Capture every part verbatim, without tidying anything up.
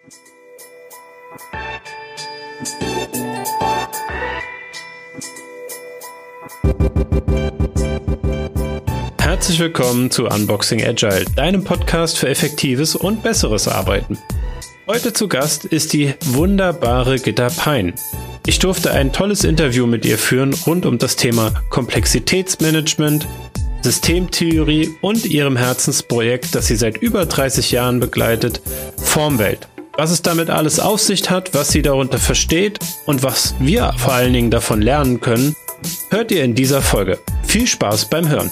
Herzlich willkommen zu Unboxing Agile, deinem Podcast für effektives und besseres Arbeiten. Heute zu Gast ist die wunderbare Gitta Pein. Ich durfte ein tolles Interview mit ihr führen rund um das Thema Komplexitätsmanagement, Systemtheorie und ihrem Herzensprojekt, das sie seit über dreißig Jahren begleitet, Formwelt. Was es damit alles auf sich hat, was sie darunter versteht und was wir vor allen Dingen davon lernen können, hört ihr in dieser Folge. Viel Spaß beim Hören.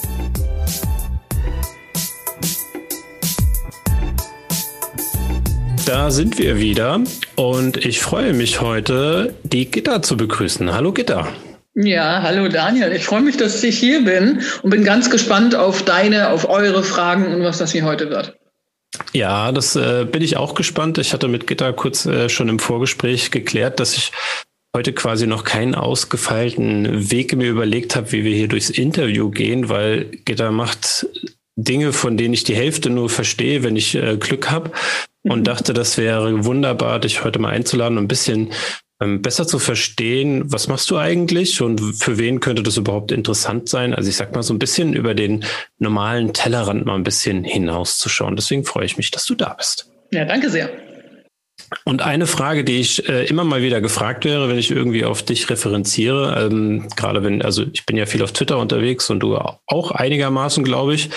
Da sind wir wieder und ich freue mich heute, die Gitta zu begrüßen. Hallo Gitta. Ja, hallo Daniel. Ich freue mich, dass ich hier bin und bin ganz gespannt auf deine, auf eure Fragen und was das hier heute wird. Ja, das äh, bin ich auch gespannt. Ich hatte mit Gitta kurz äh, schon im Vorgespräch geklärt, dass ich heute quasi noch keinen ausgefeilten Weg mir überlegt habe, wie wir hier durchs Interview gehen, weil Gitta macht Dinge, von denen ich die Hälfte nur verstehe, wenn ich äh, Glück habe. Und dachte, das wäre wunderbar, dich heute mal einzuladen, um ein bisschen ähm, besser zu verstehen, was machst du eigentlich und für wen könnte das überhaupt interessant sein? Also ich sag mal so ein bisschen über den normalen Tellerrand mal ein bisschen hinauszuschauen. Deswegen freue ich mich, dass du da bist. Ja, danke sehr. Und eine Frage, die ich äh, immer mal wieder gefragt wäre, wenn ich irgendwie auf dich referenziere, ähm, gerade wenn, also ich bin ja viel auf Twitter unterwegs und du auch einigermaßen, glaube ich.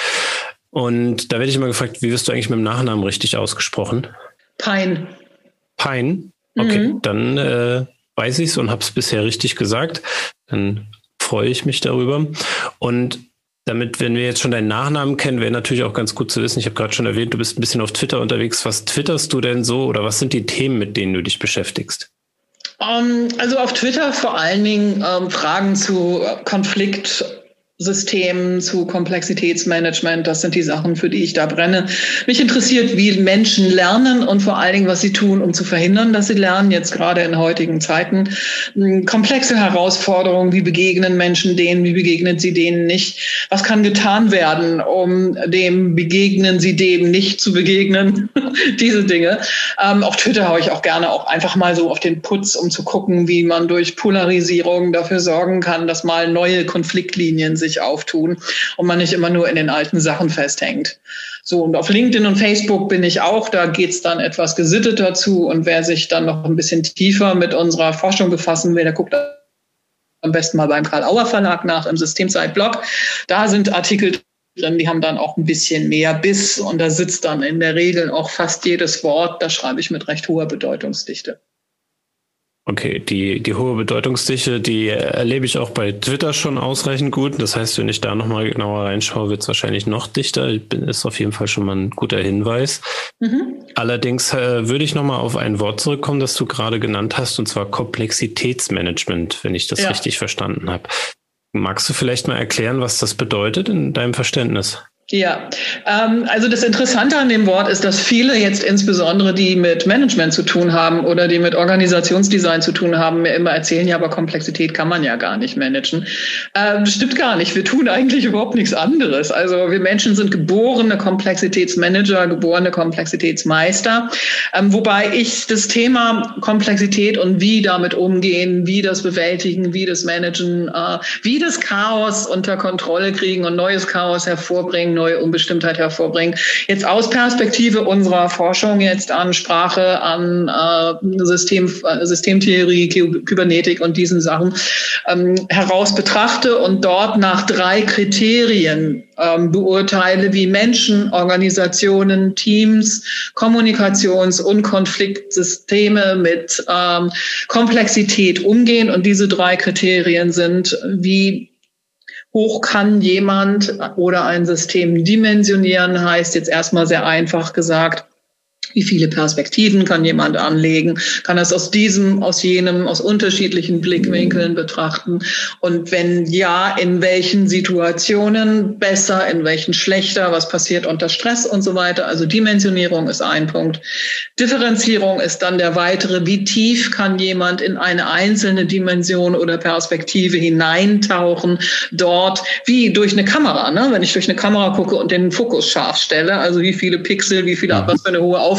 Und da werde ich immer gefragt, wie wirst du eigentlich mit dem Nachnamen richtig ausgesprochen? Pein. Pein? Okay, Mhm. dann äh, weiß ich es und habe es bisher richtig gesagt. Dann freue ich mich darüber. Und damit, wenn wir jetzt schon deinen Nachnamen kennen, wäre natürlich auch ganz gut zu wissen, ich habe gerade schon erwähnt, du bist ein bisschen auf Twitter unterwegs. Was twitterst du denn so oder was sind die Themen, mit denen du dich beschäftigst? Um, also auf Twitter vor allen Dingen um, Fragen zu Konflikt. Systemen, zu Komplexitätsmanagement, das sind die Sachen, für die ich da brenne. Mich interessiert, wie Menschen lernen und vor allen Dingen, was sie tun, um zu verhindern, dass sie lernen, jetzt gerade in heutigen Zeiten. Komplexe Herausforderungen, wie begegnen Menschen denen, wie begegnen sie denen nicht? Was kann getan werden, um dem begegnen sie dem nicht zu begegnen? Diese Dinge. Ähm, auf Twitter haue ich auch gerne auch einfach mal so auf den Putz, um zu gucken, wie man durch Polarisierung dafür sorgen kann, dass mal neue Konfliktlinien sich auftun und man nicht immer nur in den alten Sachen festhängt. So, und auf LinkedIn und Facebook bin ich auch, da geht's dann etwas gesitteter zu und wer sich dann noch ein bisschen tiefer mit unserer Forschung befassen will, der guckt am besten mal beim Karl Auer Verlag nach im Systemzeit-Blog. Da sind Artikel drin, die haben dann auch ein bisschen mehr Biss und da sitzt dann in der Regel auch fast jedes Wort, da schreibe ich mit recht hoher Bedeutungsdichte. Okay, die, die hohe Bedeutungsdichte, die erlebe ich auch bei Twitter schon ausreichend gut. Das heißt, wenn ich da nochmal genauer reinschaue, wird es wahrscheinlich noch dichter. Ist auf jeden Fall schon mal ein guter Hinweis. Mhm. Allerdings äh, würde ich nochmal auf ein Wort zurückkommen, das du gerade genannt hast, und zwar Komplexitätsmanagement, wenn ich das ja. richtig verstanden habe. Magst du vielleicht mal erklären, was das bedeutet in deinem Verständnis? Ja, ähm, also das Interessante an dem Wort ist, dass viele jetzt insbesondere, die mit Management zu tun haben oder die mit Organisationsdesign zu tun haben, mir immer erzählen, ja, aber Komplexität kann man ja gar nicht managen. Ähm, das stimmt gar nicht. Wir tun eigentlich überhaupt nichts anderes. Also wir Menschen sind geborene Komplexitätsmanager, geborene Komplexitätsmeister. Ähm, wobei ich das Thema Komplexität und wie damit umgehen, wie das bewältigen, wie das managen, äh, wie das Chaos unter Kontrolle kriegen und neues Chaos hervorbringen, neue Unbestimmtheit hervorbringen. Jetzt aus Perspektive unserer Forschung jetzt an Sprache, an äh, System, äh, Systemtheorie, Kybernetik und diesen Sachen ähm, heraus betrachte und dort nach drei Kriterien ähm, beurteile, wie Menschen, Organisationen, Teams, Kommunikations- und Konfliktsysteme mit ähm, Komplexität umgehen. Und diese drei Kriterien sind, wie hoch kann jemand oder ein System dimensionieren, heißt jetzt erstmal sehr einfach gesagt, wie viele Perspektiven kann jemand anlegen? Kann das aus diesem, aus jenem, aus unterschiedlichen Blickwinkeln betrachten? Und wenn ja, in welchen Situationen besser, in welchen schlechter? Was passiert unter Stress und so weiter? Also Dimensionierung ist ein Punkt. Differenzierung ist dann der weitere. Wie tief kann jemand in eine einzelne Dimension oder Perspektive hineintauchen? Dort, wie durch eine Kamera, ne? Wenn ich durch eine Kamera gucke und den Fokus scharf stelle, also wie viele Pixel, wie viele, was für eine hohe Auflösung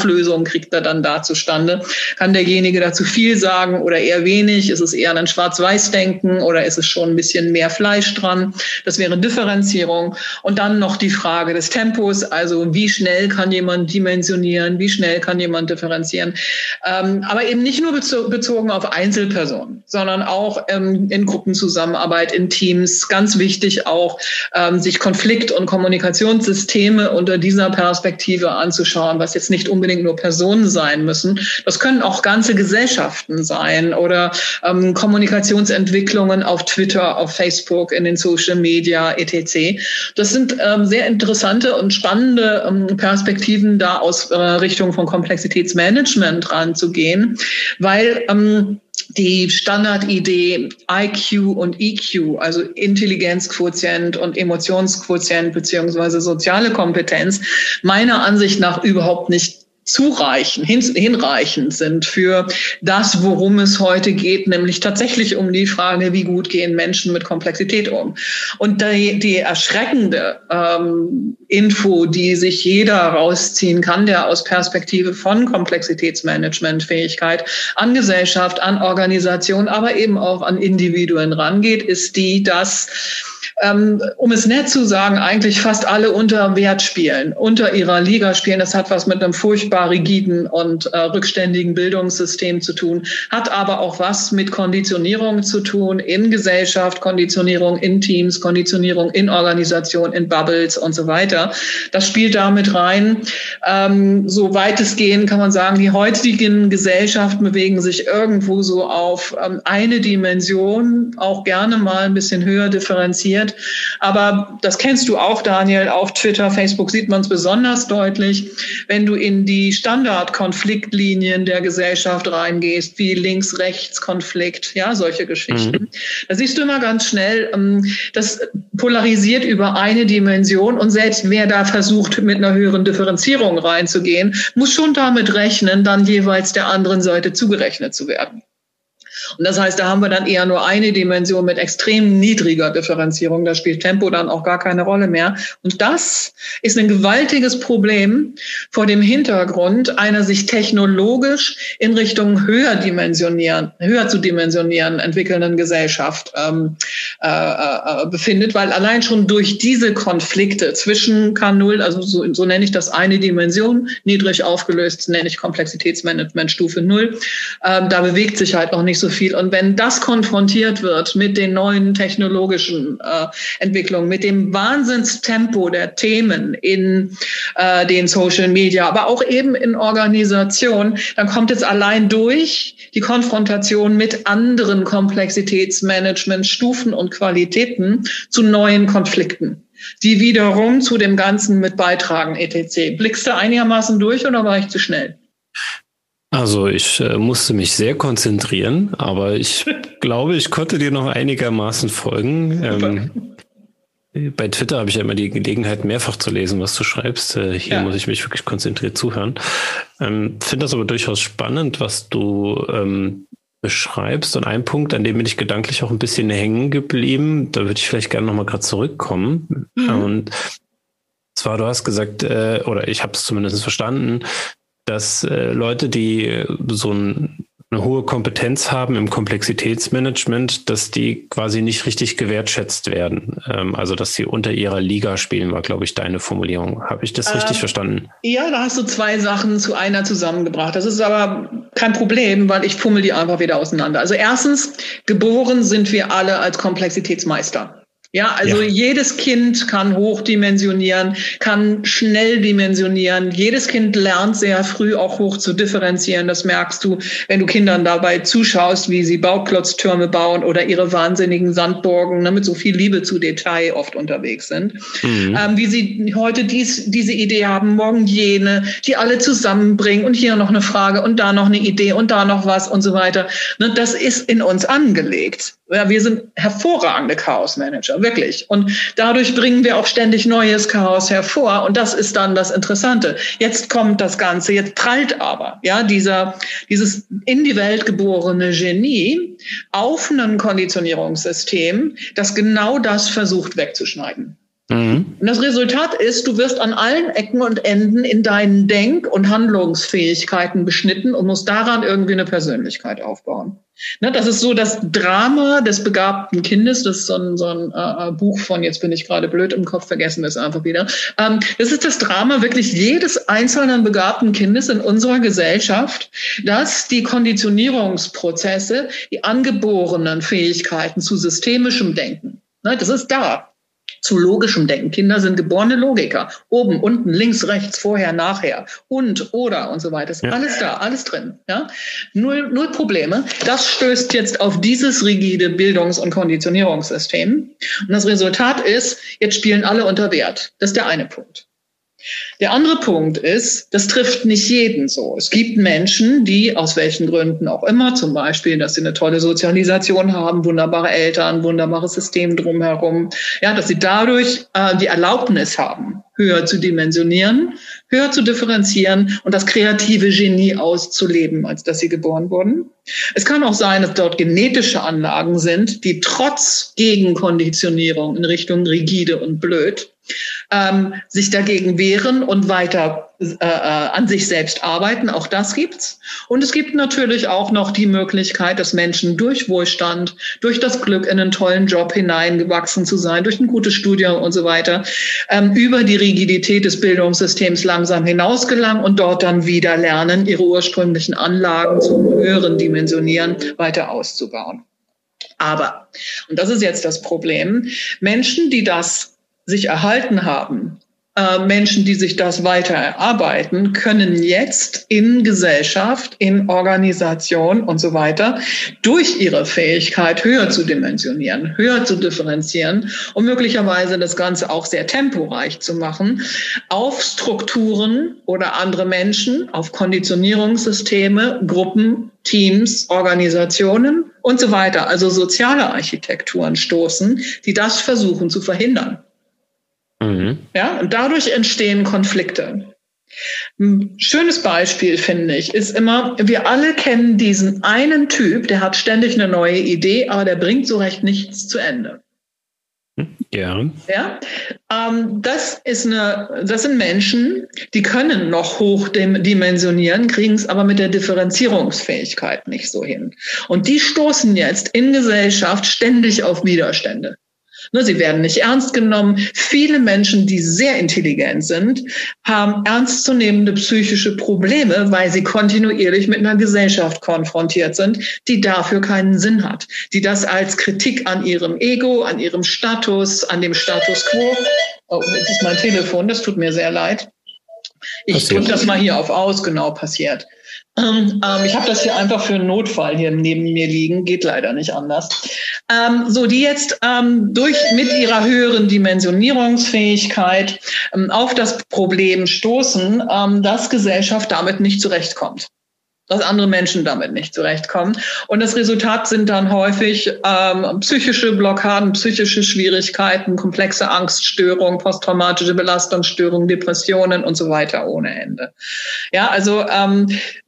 Auflösung kriegt er dann da zustande? Kann derjenige dazu viel sagen oder eher wenig? Ist es eher ein Schwarz-Weiß-Denken oder ist es schon ein bisschen mehr Fleisch dran? Das wäre Differenzierung. Und dann noch die Frage des Tempos, also wie schnell kann jemand dimensionieren, wie schnell kann jemand differenzieren? Ähm, aber eben nicht nur bezo- bezogen auf Einzelpersonen, sondern auch ähm, in Gruppenzusammenarbeit, in Teams. Ganz wichtig auch, ähm, sich Konflikt- und Kommunikationssysteme unter dieser Perspektive anzuschauen, was jetzt nicht unbedingt nur Personen sein müssen. Das können auch ganze Gesellschaften sein oder ähm, Kommunikationsentwicklungen auf Twitter, auf Facebook, in den Social Media, et cetera. Das sind ähm, sehr interessante und spannende ähm, Perspektiven, da aus äh, Richtung von Komplexitätsmanagement ranzugehen, weil ähm, die Standardidee I Q und E Q, also Intelligenzquotient und Emotionsquotient beziehungsweise soziale Kompetenz, meiner Ansicht nach überhaupt nicht zureichen, hin, hinreichend sind für das, worum es heute geht, nämlich tatsächlich um die Frage, wie gut gehen Menschen mit Komplexität um. Und die, die erschreckende ähm, Info, die sich jeder rausziehen kann, der aus Perspektive von Komplexitätsmanagementfähigkeit an Gesellschaft, an Organisation, aber eben auch an Individuen rangeht, ist die, dass Ähm, um es nett zu sagen, eigentlich fast alle unter Wert spielen, unter ihrer Liga spielen. Das hat was mit einem furchtbar rigiden und äh, rückständigen Bildungssystem zu tun, hat aber auch was mit Konditionierung zu tun in Gesellschaft, Konditionierung in Teams, Konditionierung in Organisation, in Bubbles und so weiter. Das spielt damit rein. Ähm, so weitestgehend kann man sagen, die heutigen Gesellschaften bewegen sich irgendwo so auf ähm, eine Dimension, auch gerne mal ein bisschen höher differenziert. Aber das kennst du auch, Daniel, auf Twitter, Facebook sieht man es besonders deutlich, wenn du in die Standardkonfliktlinien der Gesellschaft reingehst, wie Links-Rechts-Konflikt, ja, solche Geschichten. Mhm. Da siehst du immer ganz schnell, das polarisiert über eine Dimension und selbst wer da versucht, mit einer höheren Differenzierung reinzugehen, muss schon damit rechnen, dann jeweils der anderen Seite zugerechnet zu werden. Und das heißt, da haben wir dann eher nur eine Dimension mit extrem niedriger Differenzierung. Da spielt Tempo dann auch gar keine Rolle mehr. Und das ist ein gewaltiges Problem vor dem Hintergrund einer sich technologisch in Richtung höher dimensionieren, höher zu dimensionieren entwickelnden Gesellschaft ähm, äh, äh, befindet, weil allein schon durch diese Konflikte zwischen K null, also so, so nenne ich das eine Dimension, niedrig aufgelöst nenne ich Komplexitätsmanagement Stufe null, ähm, da bewegt sich halt noch nicht so viel. Und wenn das konfrontiert wird mit den neuen technologischen äh, Entwicklungen, mit dem Wahnsinnstempo der Themen in äh, den Social Media, aber auch eben in Organisationen, dann kommt es allein durch die Konfrontation mit anderen Komplexitätsmanagementstufen und Qualitäten zu neuen Konflikten, die wiederum zu dem Ganzen mit beitragen, et cetera. Blickst du einigermaßen durch oder war ich zu schnell? Also ich äh, musste mich sehr konzentrieren, aber ich glaube, ich konnte dir noch einigermaßen folgen. Ähm, bei Twitter habe ich ja immer die Gelegenheit, mehrfach zu lesen, was du schreibst. Äh, hier ja. muss ich mich wirklich konzentriert zuhören. Ähm, finde das aber durchaus spannend, was du ähm, beschreibst. Und ein Punkt, an dem bin ich gedanklich auch ein bisschen hängen geblieben, da würde ich vielleicht gerne nochmal gerade zurückkommen. Mhm. Und zwar, du hast gesagt, äh, oder ich habe es zumindest verstanden, dass äh, Leute, die äh, so ein, eine hohe Kompetenz haben im Komplexitätsmanagement, dass die quasi nicht richtig gewertschätzt werden. Ähm, also, dass sie unter ihrer Liga spielen, war, glaube ich, deine Formulierung. Habe ich das ähm, richtig verstanden? Ja, da hast du zwei Sachen zu einer zusammengebracht. Das ist aber kein Problem, weil ich fummel die einfach wieder auseinander. Also erstens, geboren sind wir alle als Komplexitätsmeister. Ja, also ja. jedes Kind kann hochdimensionieren, kann schnell dimensionieren. Jedes Kind lernt sehr früh auch hoch zu differenzieren. Das merkst du, wenn du Kindern dabei zuschaust, wie sie Bauklotztürme bauen oder ihre wahnsinnigen Sandburgen, ne, mit so viel Liebe zu Detail oft unterwegs sind. Mhm. Ähm, wie sie heute dies, diese Idee haben, morgen jene, die alle zusammenbringen und hier noch eine Frage und da noch eine Idee und da noch was und so weiter. Ne, das ist in uns angelegt. Ja, wir sind hervorragende Chaosmanager, wirklich. Und dadurch bringen wir auch ständig neues Chaos hervor. Und das ist dann das Interessante. Jetzt kommt das Ganze, jetzt prallt aber, ja, dieser, dieses in die Welt geborene Genie auf ein Konditionierungssystem, das genau das versucht wegzuschneiden. Mhm. Und das Resultat ist, du wirst an allen Ecken und Enden in deinen Denk- und Handlungsfähigkeiten beschnitten und musst daran irgendwie eine Persönlichkeit aufbauen. Ne, das ist so das Drama des begabten Kindes. Das ist so ein, so ein äh, Buch von, jetzt bin ich gerade blöd im Kopf, vergessen wir es einfach wieder. Ähm, das ist das Drama wirklich jedes einzelnen begabten Kindes in unserer Gesellschaft, dass die Konditionierungsprozesse, die angeborenen Fähigkeiten zu systemischem Denken, ne, das ist da. Zu logischem Denken. Kinder sind geborene Logiker. Oben, unten, links, rechts, vorher, nachher und, oder und so weiter. Ist ja alles da, alles drin. Ja? Null, null Probleme. Das stößt jetzt auf dieses rigide Bildungs- und Konditionierungssystem. Und das Resultat ist, jetzt spielen alle unter Wert. Das ist der eine Punkt. Der andere Punkt ist, das trifft nicht jeden so. Es gibt Menschen, die aus welchen Gründen auch immer, zum Beispiel, dass sie eine tolle Sozialisation haben, wunderbare Eltern, wunderbares System drumherum, ja, dass sie dadurch äh, die Erlaubnis haben, höher zu dimensionieren, höher zu differenzieren und das kreative Genie auszuleben, als dass sie geboren wurden. Es kann auch sein, dass dort genetische Anlagen sind, die trotz Gegenkonditionierung in Richtung rigide und blöd ähm, sich dagegen wehren und weiter äh, an sich selbst arbeiten. Auch das gibt's. Und es gibt natürlich auch noch die Möglichkeit, dass Menschen durch Wohlstand, durch das Glück, in einen tollen Job hineingewachsen zu sein, durch ein gutes Studium und so weiter, ähm, über die Rigidität des Bildungssystems langsam hinausgelangen und dort dann wieder lernen, ihre ursprünglichen Anlagen zum höheren Dimensionieren weiter auszubauen. Aber, und das ist jetzt das Problem, Menschen, die das sich erhalten haben, äh, Menschen, die sich das weiter erarbeiten, können jetzt in Gesellschaft, in Organisation und so weiter durch ihre Fähigkeit höher zu dimensionieren, höher zu differenzieren und möglicherweise das Ganze auch sehr temporeich zu machen, auf Strukturen oder andere Menschen, auf Konditionierungssysteme, Gruppen, Teams, Organisationen und so weiter, also soziale Architekturen stoßen, die das versuchen zu verhindern. Mhm. Ja, und dadurch entstehen Konflikte. Ein schönes Beispiel, finde ich, ist immer, wir alle kennen diesen einen Typ, der hat ständig eine neue Idee, aber der bringt so recht nichts zu Ende. Ja. Ja, ähm, das ist eine, das sind Menschen, die können noch hoch dimensionieren, kriegen es aber mit der Differenzierungsfähigkeit nicht so hin. Und die stoßen jetzt in Gesellschaft ständig auf Widerstände. Sie werden nicht ernst genommen. Viele Menschen, die sehr intelligent sind, haben ernstzunehmende psychische Probleme, weil sie kontinuierlich mit einer Gesellschaft konfrontiert sind, die dafür keinen Sinn hat. Die das als Kritik an ihrem Ego, an ihrem Status, an dem Status quo. Oh, jetzt ist mein Telefon, das tut mir sehr leid. Ich drücke das mal hier auf aus, genau, passiert. Ähm, ähm, ich habe das hier einfach für einen Notfall hier neben mir liegen, geht leider nicht anders. Ähm, so, die jetzt ähm, durch mit ihrer höheren Dimensionierungsfähigkeit ähm, auf das Problem stoßen, ähm, dass Gesellschaft damit nicht zurechtkommt. Dass andere Menschen damit nicht zurechtkommen. Und das Resultat sind dann häufig ähm, psychische Blockaden, psychische Schwierigkeiten, komplexe Angststörungen, posttraumatische Belastungsstörungen, Depressionen und so weiter ohne Ende. Ja, also ähm,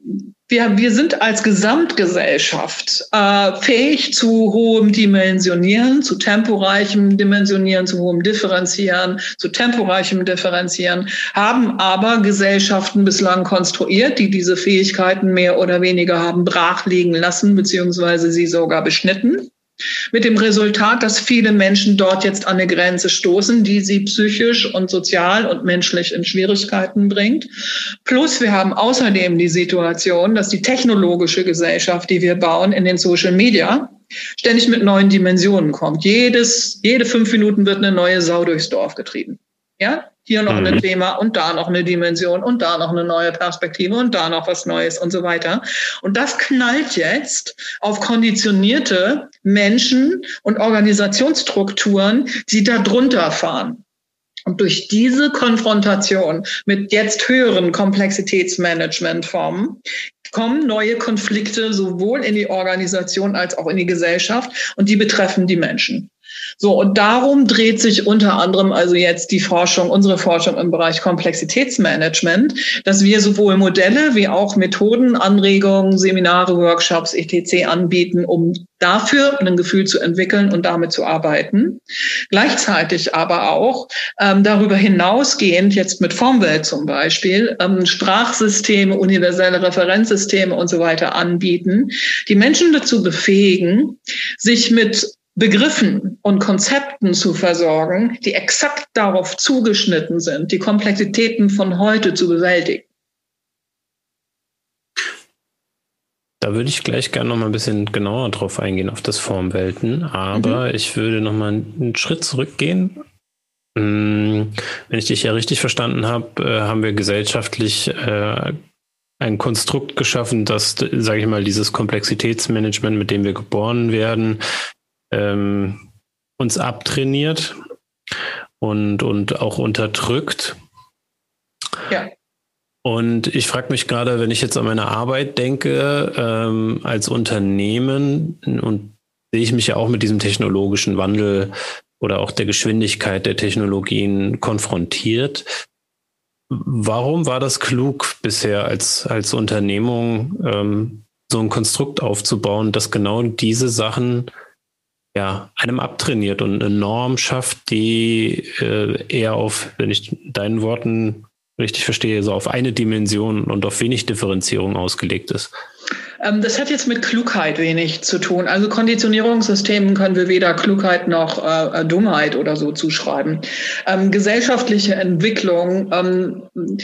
wir, wir sind als Gesamtgesellschaft äh, fähig zu hohem Dimensionieren, zu temporeichem Dimensionieren, zu hohem Differenzieren, zu temporeichem Differenzieren, haben aber Gesellschaften bislang konstruiert, die diese Fähigkeiten mehr oder weniger haben brach liegen lassen, beziehungsweise sie sogar beschnitten. Mit dem Resultat, dass viele Menschen dort jetzt an eine Grenze stoßen, die sie psychisch und sozial und menschlich in Schwierigkeiten bringt. Plus wir haben außerdem die Situation, dass die technologische Gesellschaft, die wir bauen in den Social Media, ständig mit neuen Dimensionen kommt. Jedes, jede fünf Minuten wird eine neue Sau durchs Dorf getrieben. Ja? Hier noch mhm. ein Thema und da noch eine Dimension und da noch eine neue Perspektive und da noch was Neues und so weiter. Und das knallt jetzt auf konditionierte Menschen und Organisationsstrukturen, die da drunter fahren. Und durch diese Konfrontation mit jetzt höheren Komplexitätsmanagementformen kommen neue Konflikte sowohl in die Organisation als auch in die Gesellschaft und die betreffen die Menschen. So, und darum dreht sich unter anderem also jetzt die Forschung, unsere Forschung im Bereich Komplexitätsmanagement, dass wir sowohl Modelle wie auch Methoden, Anregungen, Seminare, Workshops, et cetera anbieten, um dafür ein Gefühl zu entwickeln und damit zu arbeiten. Gleichzeitig aber auch ähm, darüber hinausgehend, jetzt mit Formwelt zum Beispiel, ähm, Sprachsysteme, universelle Referenzsysteme und so weiter anbieten, die Menschen dazu befähigen, sich mit Begriffen und Konzepten zu versorgen, die exakt darauf zugeschnitten sind, die Komplexitäten von heute zu bewältigen. Da würde ich gleich gerne noch mal ein bisschen genauer drauf eingehen, auf das Formwelten. Aber mhm. ich würde noch mal einen Schritt zurückgehen. Wenn ich dich ja richtig verstanden habe, haben wir gesellschaftlich ein Konstrukt geschaffen, das, sage ich mal, dieses Komplexitätsmanagement, mit dem wir geboren werden, Ähm, uns abtrainiert und, und auch unterdrückt. Ja. Und ich frage mich gerade, wenn ich jetzt an meine Arbeit denke, ähm, als Unternehmen, und sehe ich mich ja auch mit diesem technologischen Wandel oder auch der Geschwindigkeit der Technologien konfrontiert. Warum war das klug bisher als, als Unternehmung, ähm, so ein Konstrukt aufzubauen, das genau diese Sachen ja, einem abtrainiert und eine Norm schafft, die äh, eher auf, wenn ich deinen Worten richtig verstehe, so auf eine Dimension und auf wenig Differenzierung ausgelegt ist? Ähm, das hat jetzt mit Klugheit wenig zu tun. Also Konditionierungssystemen können wir weder Klugheit noch äh, Dummheit oder so zuschreiben. Ähm, gesellschaftliche Entwicklungen ähm,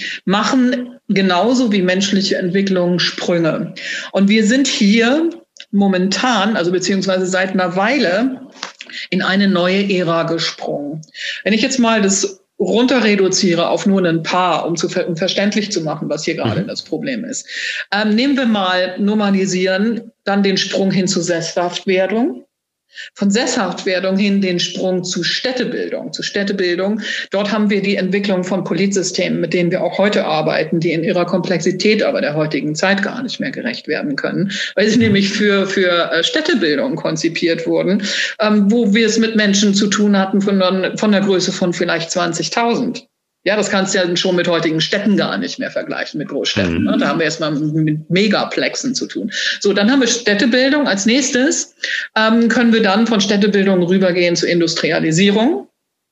machen genauso wie menschliche Entwicklungen Sprünge. Und wir sind hier momentan, also beziehungsweise seit einer Weile, in eine neue Ära gesprungen. Wenn ich jetzt mal das runter reduziere auf nur ein paar, um zu um verständlich zu machen, was hier gerade mhm. das Problem ist. Ähm, nehmen wir mal, normalisieren, dann den Sprung hin zu Sesshaftwerdung. Von Sesshaftwerdung hin den Sprung zu Städtebildung. Zu Städtebildung. Dort haben wir die Entwicklung von Politsystemen, mit denen wir auch heute arbeiten, die in ihrer Komplexität aber der heutigen Zeit gar nicht mehr gerecht werden können, weil sie nämlich für, für Städtebildung konzipiert wurden, ähm, wo wir es mit Menschen zu tun hatten von, von der Größe von vielleicht zwanzigtausend. Ja, das kannst du ja schon mit heutigen Städten gar nicht mehr vergleichen, mit Großstädten. Ne? Da haben wir erstmal mit Megaplexen zu tun. So, dann haben wir Städtebildung. Als nächstes ähm, können wir dann von Städtebildung rübergehen zur Industrialisierung.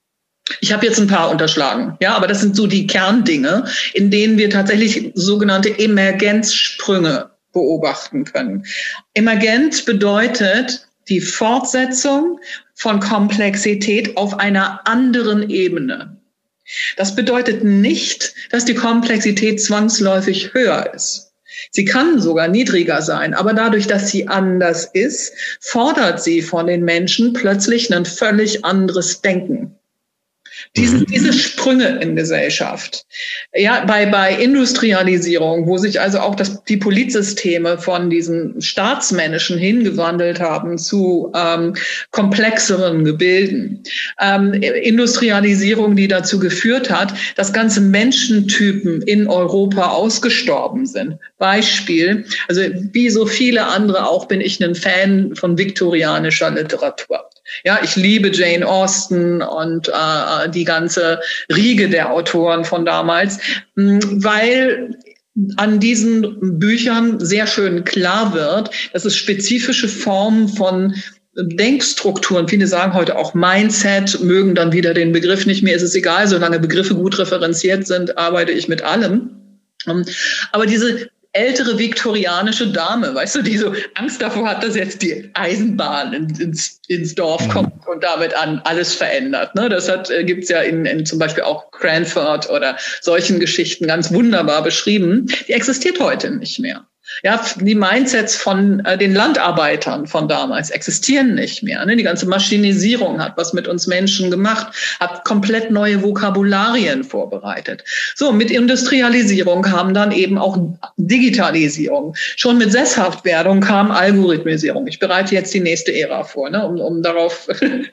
Ich habe jetzt ein paar unterschlagen, ja, aber das sind so die Kerndinge, in denen wir tatsächlich sogenannte Emergenzsprünge beobachten können. Emergent bedeutet die Fortsetzung von Komplexität auf einer anderen Ebene. Das bedeutet nicht, dass die Komplexität zwangsläufig höher ist. Sie kann sogar niedriger sein, aber dadurch, dass sie anders ist, fordert sie von den Menschen plötzlich ein völlig anderes Denken. Diese, diese Sprünge in Gesellschaft, ja, bei, bei Industrialisierung, wo sich also auch das, die Politsysteme von diesen Staatsmännischen hingewandelt haben zu ähm, komplexeren Gebilden. Ähm, Industrialisierung, die dazu geführt hat, dass ganze Menschentypen in Europa ausgestorben sind. Beispiel, also wie so viele andere auch bin ich ein Fan von viktorianischer Literatur. Ja, ich liebe Jane Austen und äh, die ganze Riege der Autoren von damals, weil an diesen Büchern sehr schön klar wird, dass es spezifische Formen von Denkstrukturen, viele sagen heute auch Mindset, mögen dann wieder den Begriff nicht mehr, ist es egal, solange Begriffe gut referenziert sind, arbeite ich mit allem. Aber diese ältere viktorianische Dame, weißt du, die so Angst davor hat, dass jetzt die Eisenbahn ins, ins Dorf kommt und damit an alles verändert. Ne? Das hat, gibt's ja in, in zum Beispiel auch Cranford oder solchen Geschichten ganz wunderbar beschrieben. Die existiert heute nicht mehr. Ja, die Mindsets von äh, den Landarbeitern von damals existieren nicht mehr. Ne? Die ganze Maschinisierung hat was mit uns Menschen gemacht, hat komplett neue Vokabularien vorbereitet. So, mit Industrialisierung kam dann eben auch Digitalisierung. Schon mit Sesshaftwerdung kam Algorithmisierung. Ich bereite jetzt die nächste Ära vor, ne? um, um darauf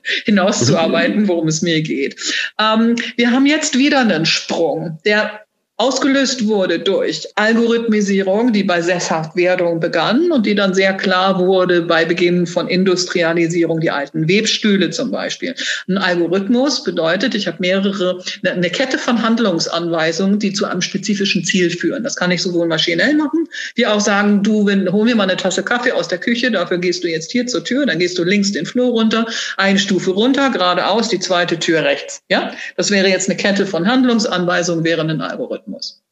hinauszuarbeiten, worum es mir geht. Ähm, wir haben jetzt wieder einen Sprung, der ausgelöst wurde durch Algorithmisierung, die bei Sesshaftwerdung begann und die dann sehr klar wurde bei Beginn von Industrialisierung, die alten Webstühle zum Beispiel. Ein Algorithmus bedeutet, ich habe mehrere, eine Kette von Handlungsanweisungen, die zu einem spezifischen Ziel führen. Das kann ich sowohl maschinell machen, wie auch sagen, du, wenn, hol mir mal eine Tasse Kaffee aus der Küche, dafür gehst du jetzt hier zur Tür, dann gehst du links den Flur runter, eine Stufe runter, geradeaus, die zweite Tür rechts. Ja, das wäre jetzt eine Kette von Handlungsanweisungen, wäre ein Algorithmus.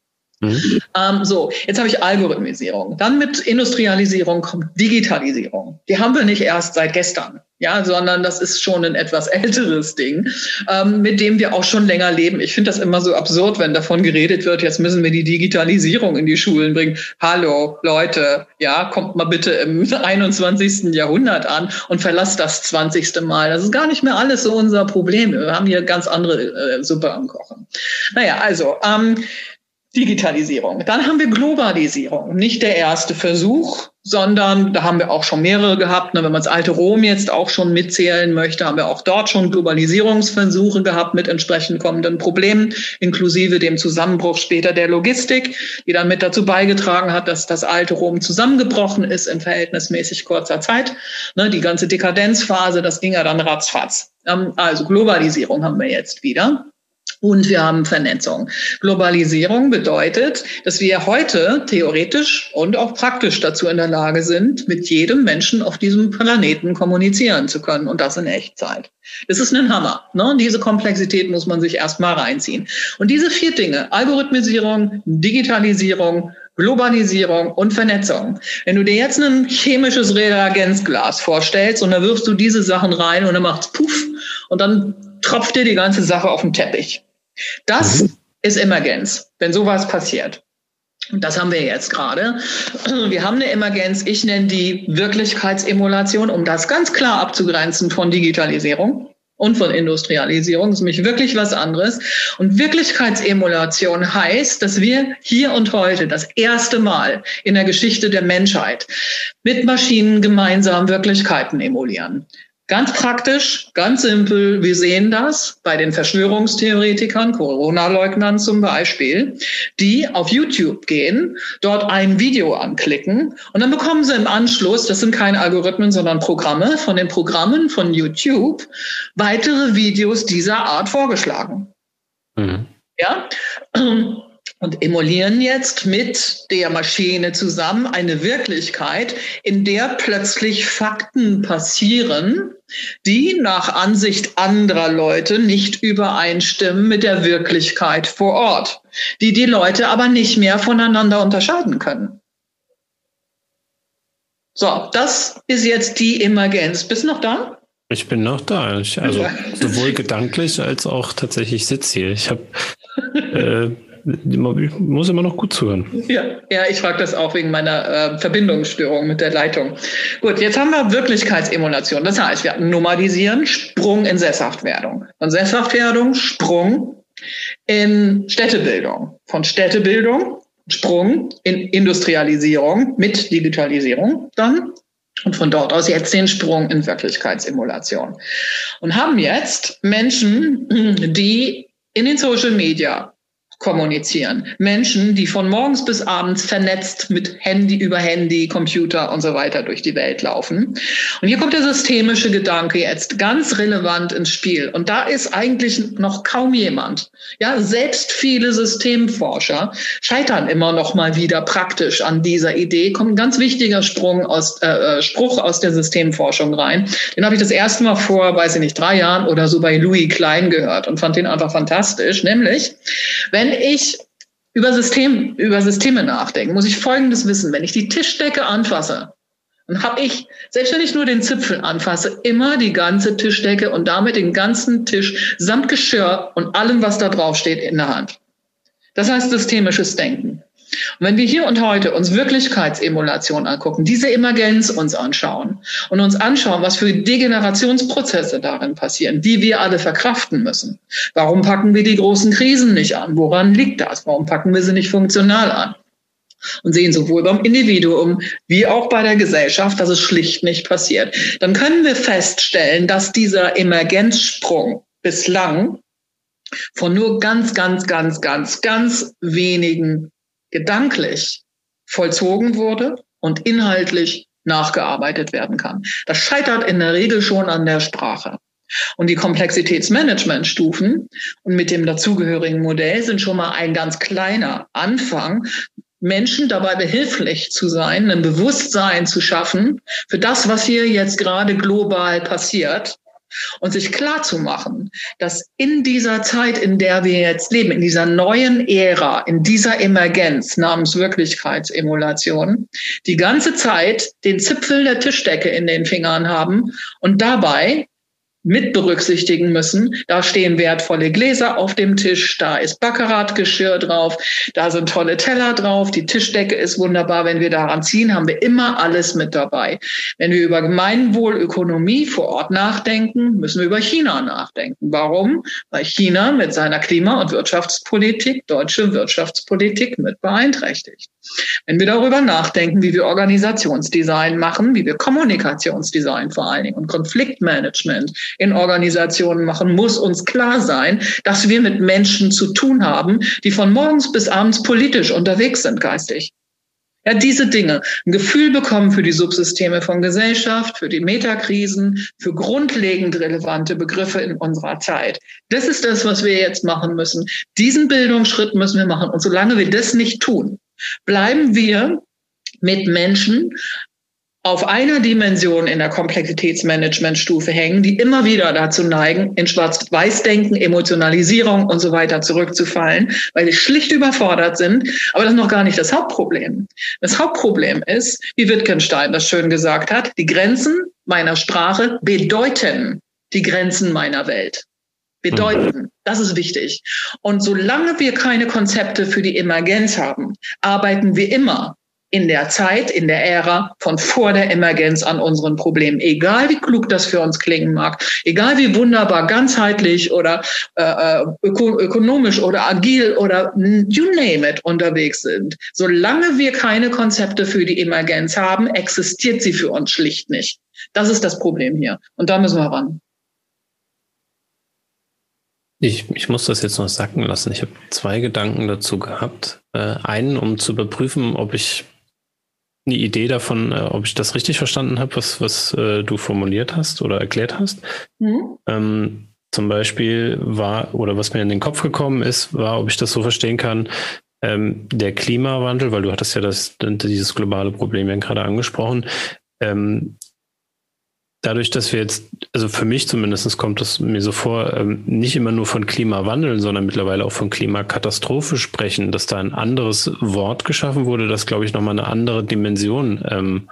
Mhm. Ähm, so, jetzt habe ich Algorithmisierung. Dann mit Industrialisierung kommt Digitalisierung. Die haben wir nicht erst seit gestern, ja, sondern das ist schon ein etwas älteres Ding, ähm, mit dem wir auch schon länger leben. Ich finde das immer so absurd, wenn davon geredet wird, jetzt müssen wir die Digitalisierung in die Schulen bringen. Hallo, Leute, ja, kommt mal bitte im einundzwanzigsten Jahrhundert an und verlasst das zwanzigste Mal. Das ist gar nicht mehr alles so unser Problem. Wir haben hier ganz andere äh, Suppe am Kochen. Naja, also, ähm, Digitalisierung. Dann haben wir Globalisierung. Nicht der erste Versuch, sondern da haben wir auch schon mehrere gehabt. Wenn man das alte Rom jetzt auch schon mitzählen möchte, haben wir auch dort schon Globalisierungsversuche gehabt mit entsprechend kommenden Problemen, inklusive dem Zusammenbruch später der Logistik, die dann mit dazu beigetragen hat, dass das alte Rom zusammengebrochen ist in verhältnismäßig kurzer Zeit. Die ganze Dekadenzphase, das ging ja dann ratzfatz. Also Globalisierung haben wir jetzt wieder. Und wir haben Vernetzung. Globalisierung bedeutet, dass wir heute theoretisch und auch praktisch dazu in der Lage sind, mit jedem Menschen auf diesem Planeten kommunizieren zu können. Und das in Echtzeit. Das ist ein Hammer. Ne? Diese Komplexität muss man sich erstmal reinziehen. Und diese vier Dinge, Algorithmisierung, Digitalisierung, Globalisierung und Vernetzung. Wenn du dir jetzt ein chemisches Reagenzglas vorstellst und da wirfst du diese Sachen rein und dann macht's puff und dann tropft dir die ganze Sache auf den Teppich. Das mhm. ist Emergenz, wenn sowas passiert. Und das haben wir jetzt gerade. Wir haben eine Emergenz, ich nenne die Wirklichkeitsemulation, um das ganz klar abzugrenzen von Digitalisierung und von Industrialisierung. Das ist nämlich wirklich was anderes. Und Wirklichkeitsemulation heißt, dass wir hier und heute das erste Mal in der Geschichte der Menschheit mit Maschinen gemeinsam Wirklichkeiten emulieren. Ganz praktisch, ganz simpel, wir sehen das bei den Verschwörungstheoretikern, Corona-Leugnern zum Beispiel, die auf YouTube gehen, dort ein Video anklicken und dann bekommen sie im Anschluss, das sind keine Algorithmen, sondern Programme, von den Programmen von YouTube weitere Videos dieser Art vorgeschlagen. Mhm. Ja? Und emulieren jetzt mit der Maschine zusammen eine Wirklichkeit, in der plötzlich Fakten passieren, die nach Ansicht anderer Leute nicht übereinstimmen mit der Wirklichkeit vor Ort, die die Leute aber nicht mehr voneinander unterscheiden können. So, das ist jetzt die Emergenz. Bist du noch da? Ich bin noch da. Ich, also ja. Sowohl gedanklich als auch tatsächlich sitze hier. Ich habe äh, Ich muss immer noch gut zuhören. Ja, ja, ich frage das auch wegen meiner äh, Verbindungsstörung mit der Leitung. Gut, jetzt haben wir Wirklichkeitsemulation. Das heißt, wir nomadisieren, Sprung in Sesshaftwerdung. Von Sesshaftwerdung, Sprung in Städtebildung. Von Städtebildung, Sprung in Industrialisierung mit Digitalisierung dann. Und von dort aus jetzt den Sprung in Wirklichkeitsemulation. Und haben jetzt Menschen, die in den Social Media kommunizieren. Menschen, die von morgens bis abends vernetzt mit Handy über Handy, Computer und so weiter durch die Welt laufen. Und hier kommt der systemische Gedanke jetzt ganz relevant ins Spiel. Und da ist eigentlich noch kaum jemand. Ja, selbst viele Systemforscher scheitern immer noch mal wieder praktisch an dieser Idee. Kommt ein ganz wichtiger Sprung aus, äh, Spruch aus der Systemforschung rein. Den habe ich das erste Mal vor, weiß ich nicht, drei Jahren oder so bei Louis Klein gehört und fand den einfach fantastisch. Nämlich, wenn Wenn ich über, System, über Systeme nachdenke, muss ich Folgendes wissen. Wenn ich die Tischdecke anfasse, dann habe ich, selbst wenn ich nur den Zipfel anfasse, immer die ganze Tischdecke und damit den ganzen Tisch samt Geschirr und allem, was da drauf steht, in der Hand. Das heißt systemisches Denken. Und wenn wir hier und heute uns Wirklichkeitsemulation angucken, diese Emergenz uns anschauen und uns anschauen, was für Degenerationsprozesse darin passieren, die wir alle verkraften müssen. Warum packen wir die großen Krisen nicht an? Woran liegt das? Warum packen wir sie nicht funktional an? Und sehen sowohl beim Individuum wie auch bei der Gesellschaft, dass es schlicht nicht passiert. Dann können wir feststellen, dass dieser Emergenzsprung bislang von nur ganz, ganz, ganz, ganz, ganz wenigen gedanklich vollzogen wurde und inhaltlich nachgearbeitet werden kann. Das scheitert in der Regel schon an der Sprache. Und die Komplexitätsmanagementstufen und mit dem dazugehörigen Modell sind schon mal ein ganz kleiner Anfang, Menschen dabei behilflich zu sein, ein Bewusstsein zu schaffen für das, was hier jetzt gerade global passiert und sich klar zu machen, dass in dieser Zeit, in der wir jetzt leben, in dieser neuen Ära, in dieser Emergenz namens Wirklichkeitsemulation, die ganze Zeit den Zipfel der Tischdecke in den Fingern haben und dabei mit berücksichtigen müssen. Da stehen wertvolle Gläser auf dem Tisch, da ist Baccarat-Geschirr drauf, da sind tolle Teller drauf, die Tischdecke ist wunderbar. Wenn wir daran ziehen, haben wir immer alles mit dabei. Wenn wir über Gemeinwohlökonomie vor Ort nachdenken, müssen wir über China nachdenken. Warum? Weil China mit seiner Klima- und Wirtschaftspolitik deutsche Wirtschaftspolitik mit beeinträchtigt. Wenn wir darüber nachdenken, wie wir Organisationsdesign machen, wie wir Kommunikationsdesign vor allen Dingen und Konfliktmanagement in Organisationen machen, muss uns klar sein, dass wir mit Menschen zu tun haben, die von morgens bis abends politisch unterwegs sind, geistig. Ja, diese Dinge, ein Gefühl bekommen für die Subsysteme von Gesellschaft, für die Metakrisen, für grundlegend relevante Begriffe in unserer Zeit. Das ist das, was wir jetzt machen müssen. Diesen Bildungsschritt müssen wir machen. Und solange wir das nicht tun, bleiben wir mit Menschen auf einer Dimension in der Komplexitätsmanagementstufe hängen, die immer wieder dazu neigen, in Schwarz-Weiß-Denken, Emotionalisierung und so weiter zurückzufallen, weil sie schlicht überfordert sind. Aber das ist noch gar nicht das Hauptproblem. Das Hauptproblem ist, wie Wittgenstein das schön gesagt hat, die Grenzen meiner Sprache bedeuten die Grenzen meiner Welt. Bedeuten. Das ist wichtig. Und solange wir keine Konzepte für die Emergenz haben, arbeiten wir immer in der Zeit, in der Ära von vor der Emergenz an unseren Problemen. Egal wie klug das für uns klingen mag, egal wie wunderbar ganzheitlich oder äh, öko- ökonomisch oder agil oder you name it unterwegs sind. Solange wir keine Konzepte für die Emergenz haben, existiert sie für uns schlicht nicht. Das ist das Problem hier. Und da müssen wir ran. Ich, ich muss das jetzt noch sacken lassen. Ich habe zwei Gedanken dazu gehabt. Äh, einen, um zu überprüfen, ob ich eine Idee davon, äh, ob ich das richtig verstanden habe, was, was äh, du formuliert hast oder erklärt hast. Mhm. Ähm, zum Beispiel war, oder was mir in den Kopf gekommen ist, war, ob ich das so verstehen kann, ähm, der Klimawandel, weil du hattest ja das, dieses globale Problem ja gerade angesprochen, ähm, dadurch, dass wir jetzt, also für mich zumindest kommt es mir so vor, ähm, nicht immer nur von Klimawandel, sondern mittlerweile auch von Klimakatastrophe sprechen, dass da ein anderes Wort geschaffen wurde, das, glaube ich, nochmal eine andere Dimension, ähm,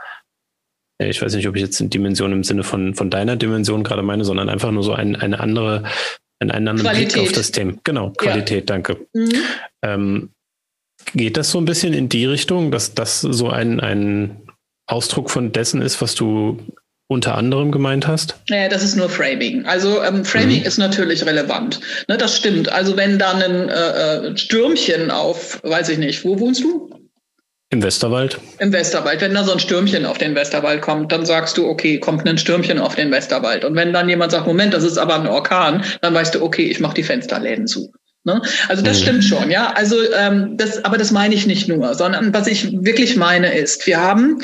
ich weiß nicht, ob ich jetzt eine Dimension im Sinne von, von deiner Dimension gerade meine, sondern einfach nur so ein, eine andere, einen anderen Blick auf das Thema. Genau, Qualität, ja. Danke. Mhm. Ähm, geht das so ein bisschen in die Richtung, dass das so ein, ein Ausdruck von dessen ist, was du unter anderem gemeint hast? Naja, das ist nur Framing. Also ähm, Framing mhm. ist natürlich relevant. Ne, das stimmt. Also wenn dann ein äh, Stürmchen auf, weiß ich nicht, wo wohnst du? Im Westerwald. Im Westerwald. Wenn da so ein Stürmchen auf den Westerwald kommt, dann sagst du, okay, kommt ein Stürmchen auf den Westerwald. Und wenn dann jemand sagt, Moment, das ist aber ein Orkan, dann weißt du, okay, ich mache die Fensterläden zu. Ne? Also das mhm. stimmt schon, ja. Also ähm, das, aber das meine ich nicht nur, sondern was ich wirklich meine ist, wir haben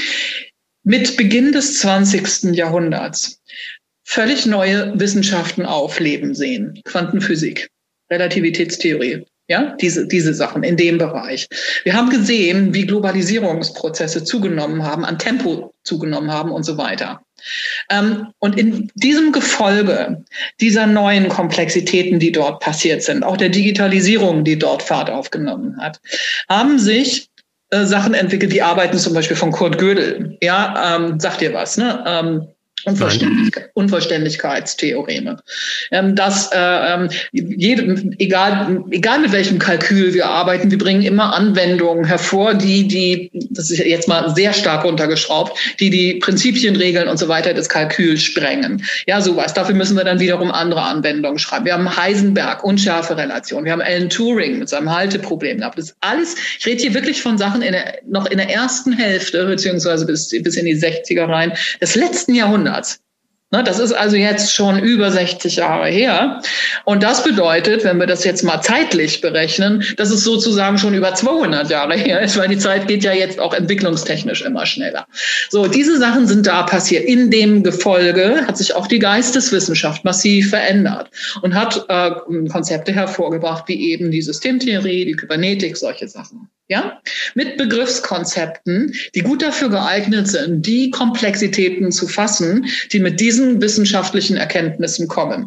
mit Beginn des zwanzigsten Jahrhunderts völlig neue Wissenschaften aufleben sehen. Quantenphysik, Relativitätstheorie, ja, diese, diese Sachen in dem Bereich. Wir haben gesehen, wie Globalisierungsprozesse zugenommen haben, an Tempo zugenommen haben und so weiter. Ähm, und in diesem Gefolge dieser neuen Komplexitäten, die dort passiert sind, auch der Digitalisierung, die dort Fahrt aufgenommen hat, haben sich Sachen entwickelt, die Arbeiten zum Beispiel von Kurt Gödel. Ja, ähm, sagt dir was, ne? Ähm, Unverständlichkeit, Unverständlichkeitstheoreme. Ähm, dass äh, jede, egal, egal mit welchem Kalkül wir arbeiten, wir bringen immer Anwendungen hervor, die, die, das ist jetzt mal sehr stark runtergeschraubt, die die Prinzipien, Regeln und so weiter des Kalküls sprengen. Ja, sowas. Dafür müssen wir dann wiederum andere Anwendungen schreiben. Wir haben Heisenberg, unscharfe Relation. Wir haben Alan Turing mit seinem Halteproblem gehabt. Das ist alles, ich rede hier wirklich von Sachen in der, noch in der ersten Hälfte, beziehungsweise bis, bis in die sechziger rein, des letzten Jahrhunderts. Das ist also jetzt schon über sechzig Jahre her. Und das bedeutet, wenn wir das jetzt mal zeitlich berechnen, dass es sozusagen schon über zweihundert Jahre her ist, weil die Zeit geht ja jetzt auch entwicklungstechnisch immer schneller. So, diese Sachen sind da passiert. In dem Gefolge hat sich auch die Geisteswissenschaft massiv verändert und hat äh, Konzepte hervorgebracht, wie eben die Systemtheorie, die Kybernetik, solche Sachen. Ja, mit Begriffskonzepten, die gut dafür geeignet sind, die Komplexitäten zu fassen, die mit diesen wissenschaftlichen Erkenntnissen kommen.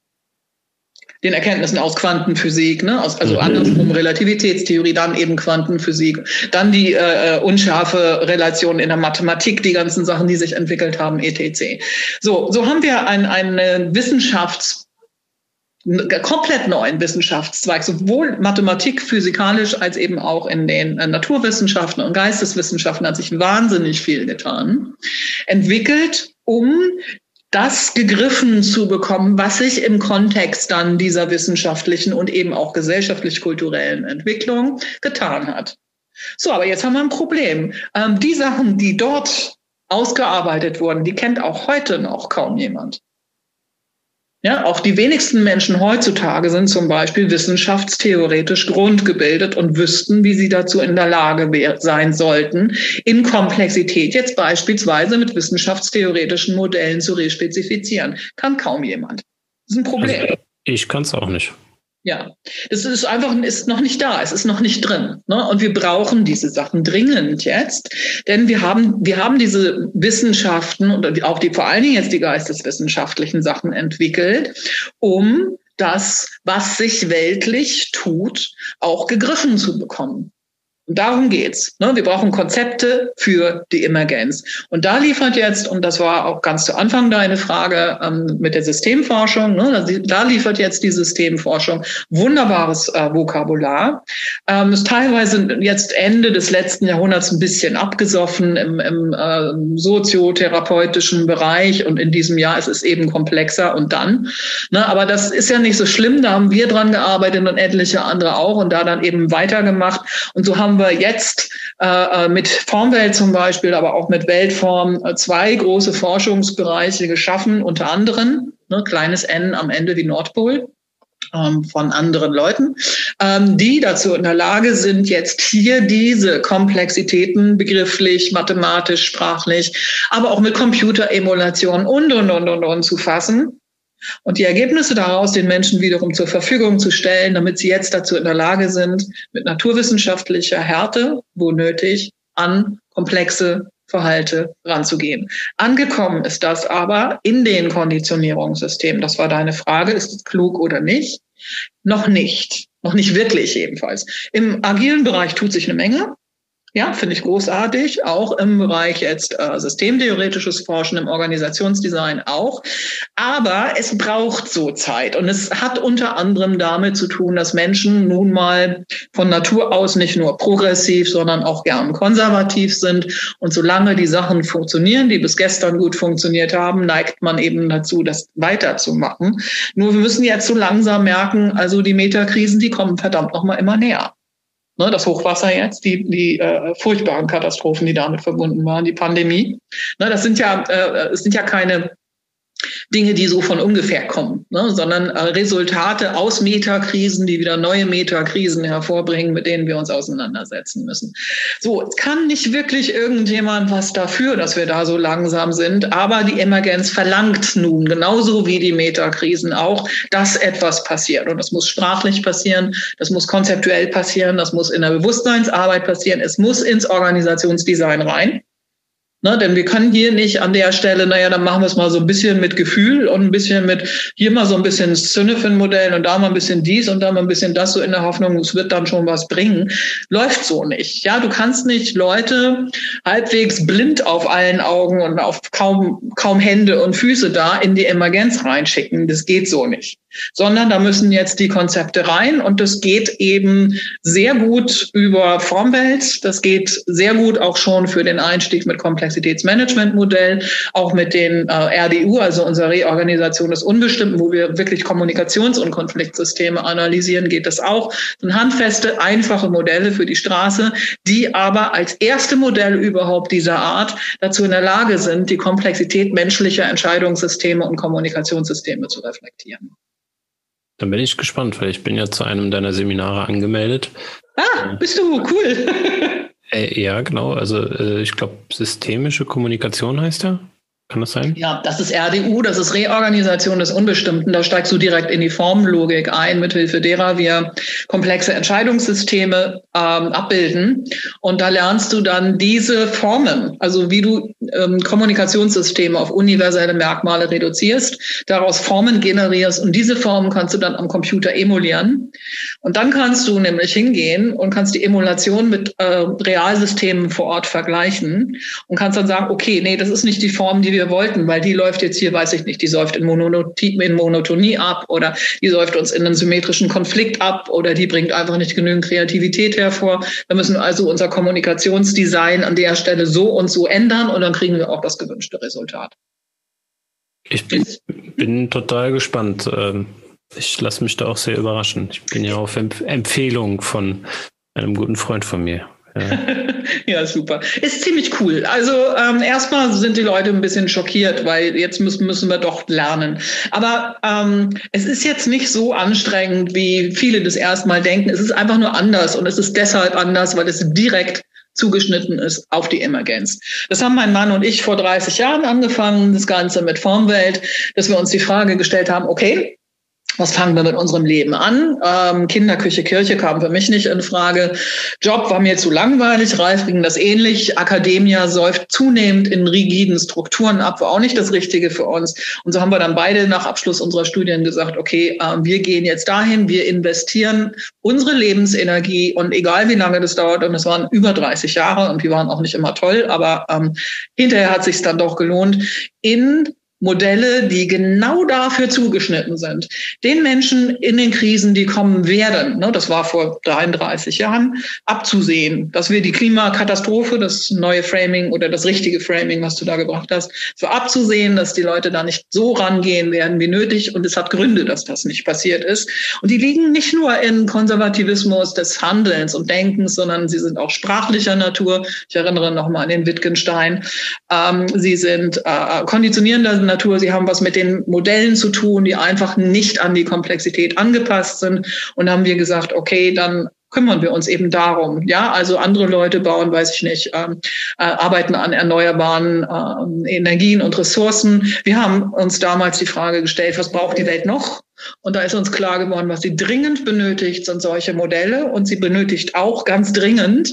Den Erkenntnissen aus Quantenphysik, ne? aus, also andersrum Relativitätstheorie, dann eben Quantenphysik, dann die äh, unscharfe Relation in der Mathematik, die ganzen Sachen, die sich entwickelt haben, et cetera. So, so haben wir ein, eine Wissenschafts- komplett neuen Wissenschaftszweig, sowohl Mathematik, physikalisch, als eben auch in den äh, Naturwissenschaften und Geisteswissenschaften hat sich wahnsinnig viel getan, entwickelt, um das gegriffen zu bekommen, was sich im Kontext dann dieser wissenschaftlichen und eben auch gesellschaftlich-kulturellen Entwicklung getan hat. So, aber jetzt haben wir ein Problem. Ähm, die Sachen, die dort ausgearbeitet wurden, die kennt auch heute noch kaum jemand. Ja, auch die wenigsten Menschen heutzutage sind zum Beispiel wissenschaftstheoretisch grundgebildet und wüssten, wie sie dazu in der Lage sein sollten, in Komplexität jetzt beispielsweise mit wissenschaftstheoretischen Modellen zu respezifizieren. Kann kaum jemand. Das ist ein Problem. Also ich kann es auch nicht. Ja, das ist einfach, ist noch nicht da, es ist noch nicht drin. Ne? Und wir brauchen diese Sachen dringend jetzt, denn wir haben, wir haben diese Wissenschaften und auch die, vor allen Dingen jetzt die geisteswissenschaftlichen Sachen entwickelt, um das, was sich weltlich tut, auch gegriffen zu bekommen. Und darum geht's. Ne? Wir brauchen Konzepte für die Emergenz. Und da liefert jetzt, und das war auch ganz zu Anfang deine Frage ähm, mit der Systemforschung, ne? da, da liefert jetzt die Systemforschung wunderbares äh, Vokabular. Ähm, ist teilweise jetzt Ende des letzten Jahrhunderts ein bisschen abgesoffen im, im äh, soziotherapeutischen Bereich und in diesem Jahr ist es eben komplexer und dann. Ne? Aber das ist ja nicht so schlimm, da haben wir dran gearbeitet und etliche andere auch und da dann eben weitergemacht. Und so haben wir jetzt äh, mit Formwelt zum Beispiel, aber auch mit Weltform äh, zwei große Forschungsbereiche geschaffen, unter anderem, ne, kleines N am Ende wie Nordpol, ähm, von anderen Leuten, ähm, die dazu in der Lage sind, jetzt hier diese Komplexitäten begrifflich, mathematisch, sprachlich, aber auch mit Computeremulation und, und, und, und, und zu fassen. Und die Ergebnisse daraus den Menschen wiederum zur Verfügung zu stellen, damit sie jetzt dazu in der Lage sind, mit naturwissenschaftlicher Härte, wo nötig, an komplexe Verhalte ranzugehen. Angekommen ist das aber in den Konditionierungssystemen. Das war deine Frage, ist es klug oder nicht? Noch nicht. Noch nicht wirklich jedenfalls. Im agilen Bereich tut sich eine Menge. Ja, finde ich großartig, auch im Bereich jetzt äh, systemtheoretisches Forschen, im Organisationsdesign auch. Aber es braucht so Zeit und es hat unter anderem damit zu tun, dass Menschen nun mal von Natur aus nicht nur progressiv, sondern auch gern konservativ sind. Und solange die Sachen funktionieren, die bis gestern gut funktioniert haben, neigt man eben dazu, das weiterzumachen. Nur wir müssen jetzt so langsam merken, also die Metakrisen, die kommen verdammt noch mal immer näher. Ne, das Hochwasser jetzt, die, die äh, furchtbaren Katastrophen, die damit verbunden waren, die Pandemie. Ne, das sind ja, äh, es sind ja keine Dinge, die so von ungefähr kommen, ne, sondern äh, Resultate aus Metakrisen, die wieder neue Metakrisen hervorbringen, mit denen wir uns auseinandersetzen müssen. So, es kann nicht wirklich irgendjemand was dafür, dass wir da so langsam sind, aber die Emergenz verlangt nun, genauso wie die Metakrisen auch, dass etwas passiert. Und das muss sprachlich passieren, das muss konzeptuell passieren, das muss in der Bewusstseinsarbeit passieren, es muss ins Organisationsdesign rein. Ne, denn wir können hier nicht an der Stelle, naja, dann machen wir es mal so ein bisschen mit Gefühl und ein bisschen mit, hier mal so ein bisschen Synefin-Modell und da mal ein bisschen dies und da mal ein bisschen das, so in der Hoffnung, es wird dann schon was bringen. Läuft so nicht. Ja, du kannst nicht Leute halbwegs blind auf allen Augen und auf kaum, kaum Hände und Füße da in die Emergenz reinschicken. Das geht so nicht. sondern da müssen jetzt die Konzepte rein und das geht eben sehr gut über Formwelt, das geht sehr gut auch schon für den Einstieg mit Komplexitätsmanagementmodell, auch mit den äh, R D U, also unserer Reorganisation des Unbestimmten, wo wir wirklich Kommunikations- und Konfliktsysteme analysieren, geht das auch. Und handfeste, einfache Modelle für die Straße, die aber als erste Modelle überhaupt dieser Art dazu in der Lage sind, die Komplexität menschlicher Entscheidungssysteme und Kommunikationssysteme zu reflektieren. Dann bin ich gespannt, weil ich bin ja zu einem deiner Seminare angemeldet. Ah, bist du, cool. äh, ja, genau. Also äh, ich glaube, systemische Kommunikation heißt er. Kann das sein? Ja, das ist R D U, das ist Reorganisation des Unbestimmten. Da steigst du direkt in die Formenlogik ein, mithilfe derer wir komplexe Entscheidungssysteme ähm, abbilden. Und da lernst du dann diese Formen, also wie du ähm, Kommunikationssysteme auf universelle Merkmale reduzierst, daraus Formen generierst und diese Formen kannst du dann am Computer emulieren. Und dann kannst du nämlich hingehen und kannst die Emulation mit äh, Realsystemen vor Ort vergleichen und kannst dann sagen, okay, nee, das ist nicht die Form, die wir wir wollten, weil die läuft jetzt hier, weiß ich nicht, die säuft in Monotonie, in Monotonie ab oder die säuft uns in einen symmetrischen Konflikt ab oder die bringt einfach nicht genügend Kreativität hervor. Wir müssen also unser Kommunikationsdesign an der Stelle so und so ändern und dann kriegen wir auch das gewünschte Resultat. Ich bin, bin total gespannt. Ich lasse mich da auch sehr überraschen. Ich bin ja auf Empf- Empfehlung von einem guten Freund von mir. Ja. Ja, super. Ist ziemlich cool. Also ähm, erstmal sind die Leute ein bisschen schockiert, weil jetzt müssen, müssen wir doch lernen. Aber ähm, es ist jetzt nicht so anstrengend, wie viele das erstmal denken. Es ist einfach nur anders und es ist deshalb anders, weil es direkt zugeschnitten ist auf die Emergenz. Das haben mein Mann und ich vor dreißig Jahren angefangen, das Ganze mit Formwelt, dass wir uns die Frage gestellt haben, okay, was fangen wir mit unserem Leben an? Ähm, Kinder, Küche, Kirche kam für mich nicht in Frage. Job war mir zu langweilig, Ralf ging das ähnlich. Akademie säuft zunehmend in rigiden Strukturen ab, war auch nicht das Richtige für uns. Und so haben wir dann beide nach Abschluss unserer Studien gesagt, okay, äh, wir gehen jetzt dahin, wir investieren unsere Lebensenergie und egal wie lange das dauert, und es waren über dreißig Jahre und die waren auch nicht immer toll, aber ähm, hinterher hat sich's dann doch gelohnt, in Modelle, die genau dafür zugeschnitten sind. Den Menschen in den Krisen, die kommen werden, ne, das war vor dreiunddreißig Jahren, abzusehen, dass wir die Klimakatastrophe, das neue Framing oder das richtige Framing, was du da gebracht hast, so abzusehen, dass die Leute da nicht so rangehen werden wie nötig. Und es hat Gründe, dass das nicht passiert ist. Und die liegen nicht nur in Konservativismus des Handelns und Denkens, sondern sie sind auch sprachlicher Natur. Ich erinnere nochmal an den Wittgenstein. Ähm, sie sind äh, konditionierender Natur, sie haben was mit den Modellen zu tun, die einfach nicht an die Komplexität angepasst sind. Und da haben wir gesagt, okay, dann kümmern wir uns eben darum. Ja, also andere Leute bauen, weiß ich nicht, ähm, äh, arbeiten an erneuerbaren äh, Energien und Ressourcen. Wir haben uns damals die Frage gestellt, was braucht die Welt noch? Und da ist uns klar geworden, was sie dringend benötigt, sind solche Modelle. Und sie benötigt auch ganz dringend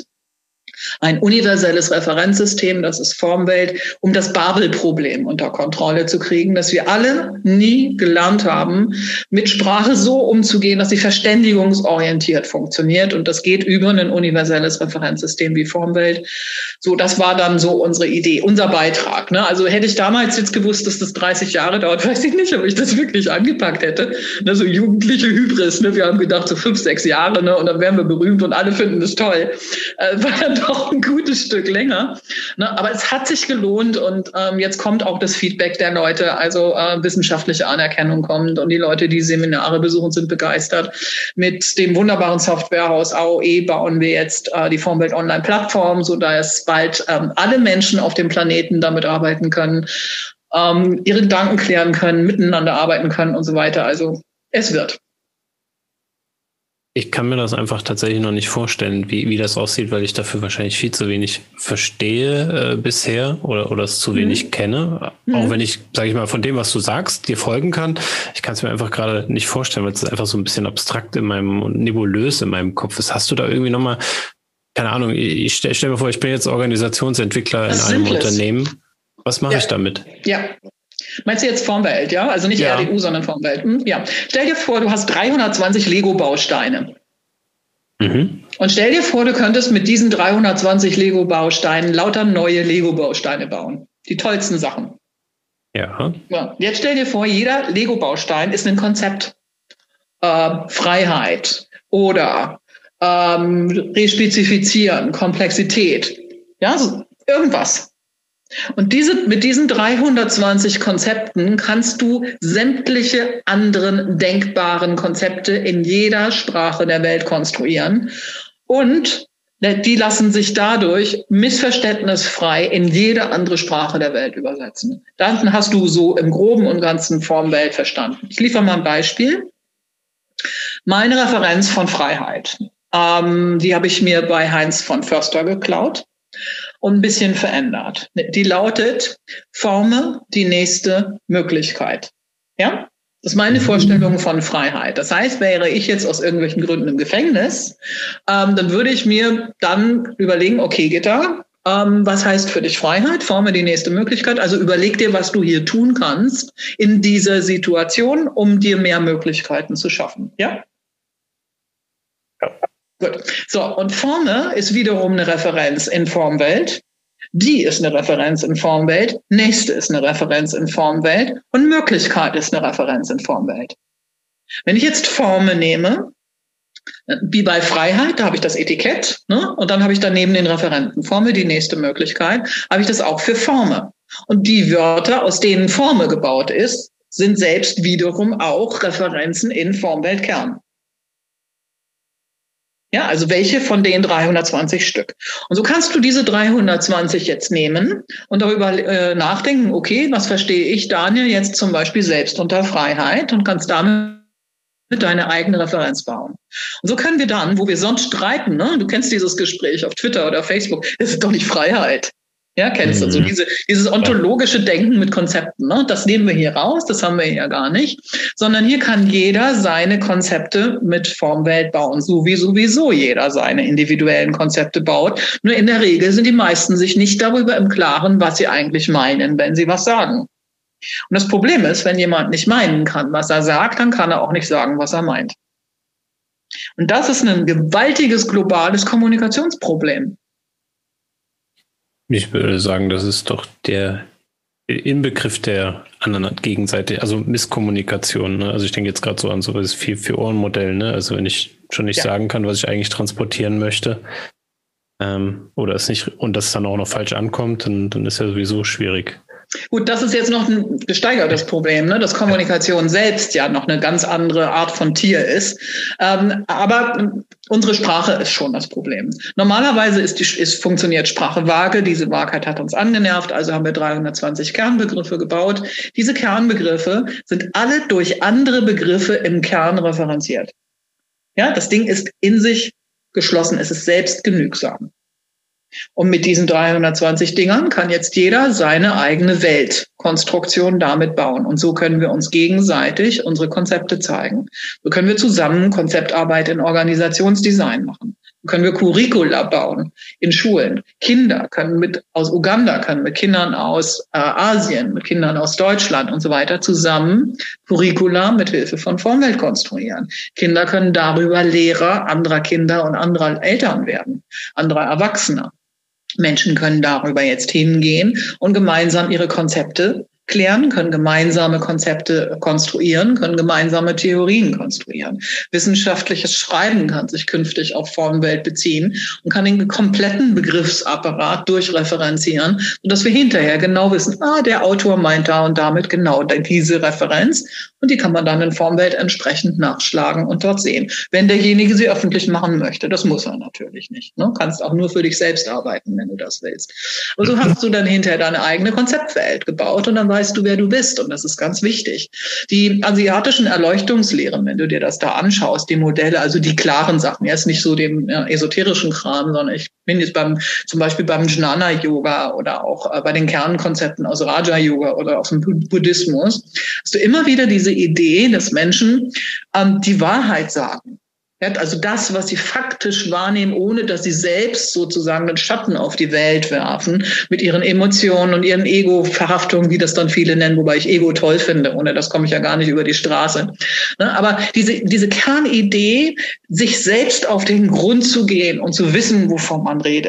ein universelles Referenzsystem, das ist Formwelt, um das Babel-Problem unter Kontrolle zu kriegen, dass wir alle nie gelernt haben, mit Sprache so umzugehen, dass sie verständigungsorientiert funktioniert. Und das geht über ein universelles Referenzsystem wie Formwelt. So, das war dann so unsere Idee, unser Beitrag. Ne? Also hätte ich damals jetzt gewusst, dass das dreißig Jahre dauert, weiß ich nicht, ob ich das wirklich angepackt hätte. Ne, so jugendliche Hybris. Ne? Wir haben gedacht, so fünf, sechs Jahre, ne? Und dann wären wir berühmt und alle finden das toll. Äh, war dann doch ein gutes Stück länger. Ne? Aber es hat sich gelohnt und ähm, jetzt kommt auch das Feedback der Leute, also äh, wissenschaftliche Anerkennung kommt und die Leute, die Seminare besuchen, sind begeistert. Mit dem wunderbaren Softwarehaus A O E bauen wir jetzt äh, die Formwelt Online-Plattform, sodass bald ähm, alle Menschen auf dem Planeten damit arbeiten können, ähm, ihre Gedanken klären können, miteinander arbeiten können und so weiter. Also es wird. Ich kann mir das einfach tatsächlich noch nicht vorstellen, wie, wie das aussieht, weil ich dafür wahrscheinlich viel zu wenig verstehe äh, bisher oder, oder es zu mhm. wenig kenne. Mhm. Auch wenn ich, sage ich mal, von dem, was du sagst, dir folgen kann. Ich kann es mir einfach gerade nicht vorstellen, weil es einfach so ein bisschen abstrakt in meinem und nebulös in meinem Kopf ist. Hast du da irgendwie nochmal, keine Ahnung, ich stelle stell mir vor, ich bin jetzt Organisationsentwickler in einem Unternehmen. Was mache ja. ich damit? Ja. Meinst du jetzt Formwelt, ja? Also nicht ja. R D U, sondern Formwelt. Hm? Ja. Stell dir vor, du hast dreihundertzwanzig Lego-Bausteine. Mhm. Und stell dir vor, du könntest mit diesen dreihundertzwanzig Lego-Bausteinen lauter neue Lego-Bausteine bauen. Die tollsten Sachen. Ja. Ja. Jetzt stell dir vor, jeder Lego-Baustein ist ein Konzept. äh, Freiheit oder ähm, Respezifizieren, Komplexität, ja, so irgendwas. Und diese, mit diesen dreihundertzwanzig Konzepten kannst du sämtliche anderen denkbaren Konzepte in jeder Sprache der Welt konstruieren. Und die lassen sich dadurch missverständnisfrei in jede andere Sprache der Welt übersetzen. Dann hast du so im Groben und Ganzen Formwelt verstanden. Ich liefere mal ein Beispiel. Meine Referenz von Freiheit, ähm, die habe ich mir bei Heinz von Förster geklaut und ein bisschen verändert. Die lautet, forme die nächste Möglichkeit. Ja? Das ist meine Vorstellung von Freiheit. Das heißt, wäre ich jetzt aus irgendwelchen Gründen im Gefängnis, ähm, dann würde ich mir dann überlegen, okay, Gitta, ähm, was heißt für dich Freiheit? Forme die nächste Möglichkeit. Also überleg dir, was du hier tun kannst in dieser Situation, um dir mehr Möglichkeiten zu schaffen. Ja? Ja. Gut. So, und Forme ist wiederum eine Referenz in Formwelt. Die ist eine Referenz in Formwelt, nächste ist eine Referenz in Formwelt und Möglichkeit ist eine Referenz in Formwelt. Wenn ich jetzt Forme nehme, wie bei Freiheit, da habe ich das Etikett, ne? Und dann habe ich daneben den Referenten. Forme, die nächste Möglichkeit, habe ich das auch für Forme. Und die Wörter, aus denen Forme gebaut ist, sind selbst wiederum auch Referenzen in Formweltkern. Ja, also welche von den dreihundertzwanzig Stück? Und so kannst du diese dreihundertzwanzig jetzt nehmen und darüber äh, nachdenken, okay, was verstehe ich, Daniel, jetzt zum Beispiel selbst unter Freiheit und kannst damit deine eigene Referenz bauen. Und so können wir dann, wo wir sonst streiten, ne, du kennst dieses Gespräch auf Twitter oder Facebook, das ist doch nicht Freiheit. Ja, kennst du, mhm. so diese, dieses ontologische Denken mit Konzepten, ne? Das nehmen wir hier raus, das haben wir hier gar nicht, sondern hier kann jeder seine Konzepte mit Formwelt bauen, so wie sowieso jeder seine individuellen Konzepte baut. Nur in der Regel sind die meisten sich nicht darüber im Klaren, was sie eigentlich meinen, wenn sie was sagen. Und das Problem ist, wenn jemand nicht meinen kann, was er sagt, dann kann er auch nicht sagen, was er meint. Und das ist ein gewaltiges globales Kommunikationsproblem. Ich würde sagen, das ist doch der Inbegriff der anderen Gegenseite, also Misskommunikation. Ne? Also ich denke jetzt gerade so an so das Vier-Ohren-Modell. Ne? Also wenn ich schon nicht ja. sagen kann, was ich eigentlich transportieren möchte, ähm, oder es nicht und das dann auch noch falsch ankommt, dann, dann ist ja sowieso schwierig. Gut, das ist jetzt noch ein gesteigertes Problem, ne? Dass Kommunikation selbst ja noch eine ganz andere Art von Tier ist. Ähm, aber unsere Sprache ist schon das Problem. Normalerweise ist die, ist, funktioniert Sprache vage. Diese Vagheit hat uns angenervt. Also haben wir dreihundertzwanzig Kernbegriffe gebaut. Diese Kernbegriffe sind alle durch andere Begriffe im Kern referenziert. Ja, das Ding ist in sich geschlossen. Es ist selbstgenügsam. Und mit diesen dreihundertzwanzig Dingern kann jetzt jeder seine eigene Weltkonstruktion damit bauen. Und so können wir uns gegenseitig unsere Konzepte zeigen. So können wir zusammen Konzeptarbeit in Organisationsdesign machen. So können wir Curricula bauen in Schulen. Kinder können mit aus Uganda, können mit Kindern aus äh, Asien, mit Kindern aus Deutschland und so weiter zusammen Curricula mit Hilfe von Formwelt konstruieren. Kinder können darüber Lehrer anderer Kinder und anderer Eltern werden, anderer Erwachsener. Menschen können darüber jetzt hingehen und gemeinsam ihre Konzepte klären, können gemeinsame Konzepte konstruieren, können gemeinsame Theorien konstruieren. Wissenschaftliches Schreiben kann sich künftig auf Formwelt beziehen und kann den kompletten Begriffsapparat durchreferenzieren, sodass wir hinterher genau wissen, ah, der Autor meint da und damit genau diese Referenz. Und die kann man dann in Formwelt entsprechend nachschlagen und dort sehen. Wenn derjenige sie öffentlich machen möchte, das muss er natürlich nicht. Ne? Du kannst auch nur für dich selbst arbeiten, wenn du das willst. Aber so hast du dann hinterher deine eigene Konzeptwelt gebaut und dann weißt du, wer du bist. Und das ist ganz wichtig. Die asiatischen Erleuchtungslehren, wenn du dir das da anschaust, die Modelle, also die klaren Sachen, jetzt nicht so dem ja, esoterischen Kram, sondern ich bin jetzt beim, zum Beispiel beim Jnana-Yoga oder auch äh, bei den Kernkonzepten aus Raja-Yoga oder aus dem Buddhismus, hast du immer wieder diese Idee, dass Menschen ähm, die Wahrheit sagen. Ja, also das, was sie faktisch wahrnehmen, ohne dass sie selbst sozusagen den Schatten auf die Welt werfen, mit ihren Emotionen und ihren Ego-Verhaftungen, wie das dann viele nennen, wobei ich Ego toll finde, ohne das komme ich ja gar nicht über die Straße. Ne, aber diese, diese Kernidee, sich selbst auf den Grund zu gehen und zu wissen, wovon man redet,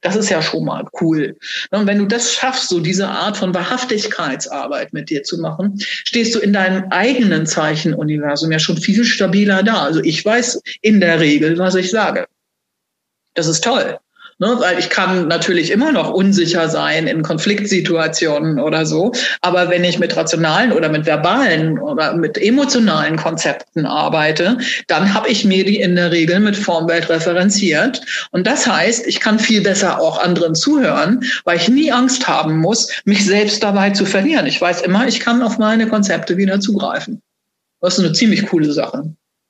Das ist ja schon mal cool. Und wenn du das schaffst, so diese Art von Wahrhaftigkeitsarbeit mit dir zu machen, stehst du in deinem eigenen Zeichenuniversum ja schon viel stabiler da. Also ich weiß in der Regel, was ich sage. Das ist toll. Ne, weil ich kann natürlich immer noch unsicher sein in Konfliktsituationen oder so. Aber wenn ich mit rationalen oder mit verbalen oder mit emotionalen Konzepten arbeite, dann habe ich mir die in der Regel mit Formwelt referenziert. Und das heißt, ich kann viel besser auch anderen zuhören, weil ich nie Angst haben muss, mich selbst dabei zu verlieren. Ich weiß immer, ich kann auf meine Konzepte wieder zugreifen. Das ist eine ziemlich coole Sache.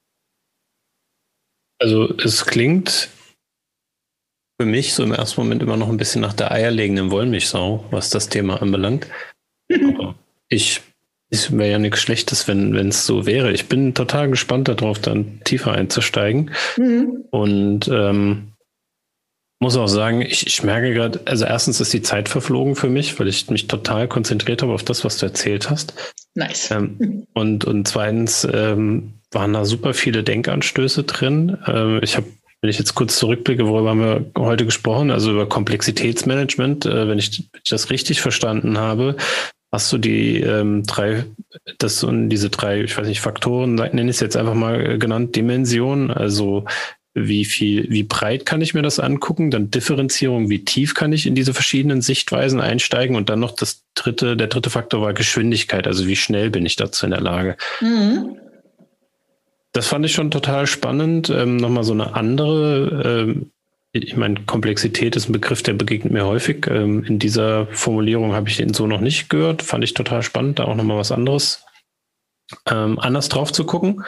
Also es klingt für mich so im ersten Moment immer noch ein bisschen nach der eierlegenden Wollmilchsau, was das Thema anbelangt. Aber ich, es wäre ja nichts Schlechtes, wenn wenn es so wäre. Ich bin total gespannt darauf, dann tiefer einzusteigen. Mhm. Und ähm, muss auch sagen, ich, ich merke gerade, also erstens ist die Zeit verflogen für mich, weil ich mich total konzentriert habe auf das, was du erzählt hast. Nice. Ähm, und, und zweitens ähm, waren da super viele Denkanstöße drin. Ähm, ich habe Wenn ich jetzt kurz zurückblicke, worüber haben wir heute gesprochen, also über Komplexitätsmanagement, äh, wenn, ich, wenn ich das richtig verstanden habe, hast du die ähm, drei, das und diese drei, ich weiß nicht, Faktoren, nenne ich es jetzt einfach mal genannt, Dimensionen, also wie viel, wie breit kann ich mir das angucken, dann Differenzierung, wie tief kann ich in diese verschiedenen Sichtweisen einsteigen und dann noch das dritte, der dritte Faktor war Geschwindigkeit, also wie schnell bin ich dazu in der Lage. Mhm. Das fand ich schon total spannend. Ähm, nochmal so eine andere, ähm, ich meine, Komplexität ist ein Begriff, der begegnet mir häufig. Ähm, in dieser Formulierung habe ich den so noch nicht gehört. Fand ich total spannend, da auch nochmal was anderes ähm, anders drauf zu gucken.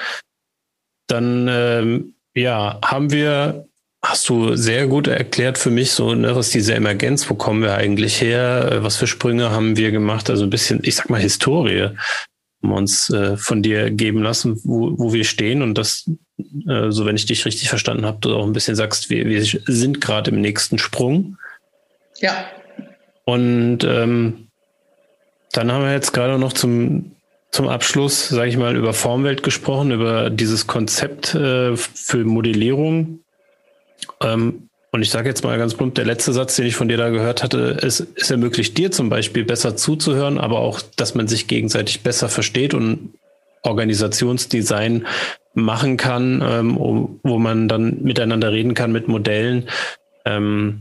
Dann, ähm, ja, haben wir, hast du sehr gut erklärt für mich, so, ne, was diese Emergenz, wo kommen wir eigentlich her, was für Sprünge haben wir gemacht, also ein bisschen, ich sag mal, Historie. Haben wir uns äh, von dir geben lassen, wo, wo wir stehen und das, äh, so wenn ich dich richtig verstanden habe, du auch ein bisschen sagst, wir, wir sind gerade im nächsten Sprung. Ja. Und ähm, dann haben wir jetzt gerade noch zum, zum Abschluss, sage ich mal, über Formwelt gesprochen, über dieses Konzept äh, für Modellierung. Ähm, Und ich sage jetzt mal ganz plump, der letzte Satz, den ich von dir da gehört hatte, es, es ermöglicht dir zum Beispiel besser zuzuhören, aber auch, dass man sich gegenseitig besser versteht und Organisationsdesign machen kann, ähm, wo man dann miteinander reden kann mit Modellen, ähm,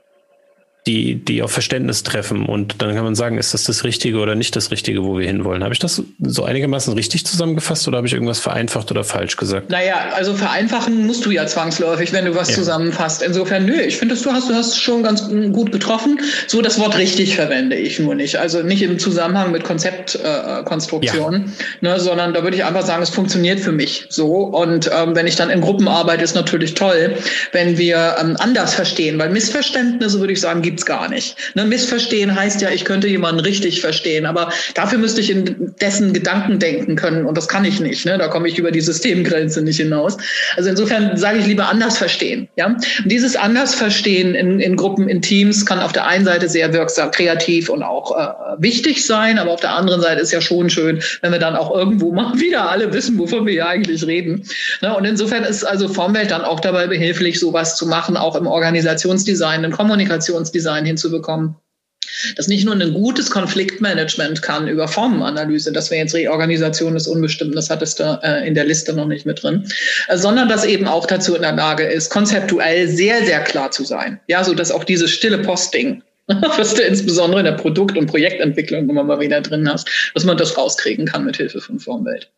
die, die auf Verständnis treffen. Und dann kann man sagen, ist das das Richtige oder nicht das Richtige, wo wir hinwollen. Habe ich das so einigermaßen richtig zusammengefasst oder habe ich irgendwas vereinfacht oder falsch gesagt? Naja, also vereinfachen musst du ja zwangsläufig, wenn du was ja. zusammenfasst. Insofern, nö, ich finde, du hast, du hast schon ganz gut getroffen. So, das Wort richtig verwende ich nur nicht. Also nicht im Zusammenhang mit Konzeptkonstruktionen, äh, ja. ne, sondern da würde ich einfach sagen, es funktioniert für mich so. Und ähm, wenn ich dann in Gruppen arbeite, ist natürlich toll, wenn wir ähm, anders verstehen. Weil Missverständnisse, würde ich sagen, gibt's gar nicht. Ne, Missverstehen heißt ja, ich könnte jemanden richtig verstehen, aber dafür müsste ich in dessen Gedanken denken können und das kann ich nicht. Ne? Da komme ich über die Systemgrenze nicht hinaus. Also insofern sage ich lieber anders verstehen. Ja? Und dieses anders verstehen in, in Gruppen, in Teams kann auf der einen Seite sehr wirksam, kreativ und auch äh, wichtig sein, aber auf der anderen Seite ist ja schon schön, wenn wir dann auch irgendwo mal wieder alle wissen, wovon wir hier eigentlich reden. Ne? Und insofern ist also Formwelt dann auch dabei behilflich, sowas zu machen, auch im Organisationsdesign, im Kommunikationsdesign hinzubekommen, das nicht nur ein gutes Konfliktmanagement kann über Formenanalyse, das wäre jetzt Reorganisation des Unbestimmten, das hattest du äh, in der Liste noch nicht mit drin, äh, sondern das eben auch dazu in der Lage ist, konzeptuell sehr, sehr klar zu sein. Ja, so dass auch dieses stille Posting, was du insbesondere in der Produkt- und Projektentwicklung immer mal wieder drin hast, dass man das rauskriegen kann mit Hilfe von Formwelt.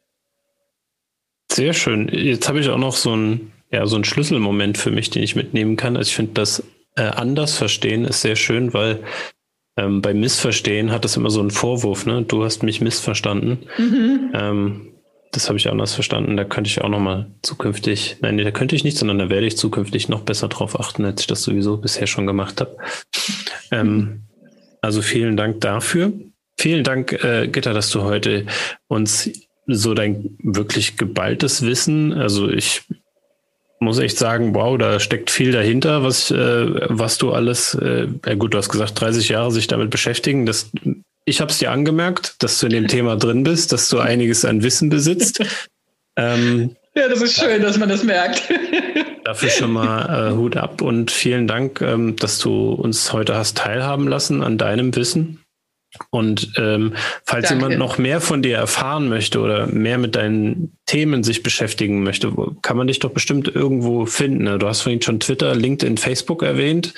Sehr schön. Jetzt habe ich auch noch so ein, ja, so ein Schlüsselmoment für mich, den ich mitnehmen kann. Also ich finde das Äh, anders verstehen ist sehr schön, weil ähm, bei Missverstehen hat das immer so einen Vorwurf, ne? Du hast mich missverstanden. Mhm. Ähm, das habe ich anders verstanden. Da könnte ich auch nochmal zukünftig, nein, da könnte ich nicht, sondern da werde ich zukünftig noch besser drauf achten, als ich das sowieso bisher schon gemacht habe. ähm, also vielen Dank dafür. Vielen Dank, äh, Gitta, dass du heute uns so dein wirklich geballtes Wissen, also ich muss echt sagen, wow, da steckt viel dahinter, was, äh, was du alles, äh, ja gut, du hast gesagt, dreißig Jahre sich damit beschäftigen. Das, ich habe es dir angemerkt, dass du in dem Thema drin bist, dass du einiges an Wissen besitzt. Ähm, ja, das ist schön, dass man das merkt. Da Dafür schon mal äh, Hut ab und vielen Dank, ähm, dass du uns heute hast teilhaben lassen an deinem Wissen. Und ähm, falls Danke. jemand noch mehr von dir erfahren möchte oder mehr mit deinen Themen sich beschäftigen möchte, kann man dich doch bestimmt irgendwo finden. Ne? Du hast vorhin schon Twitter, LinkedIn, Facebook erwähnt.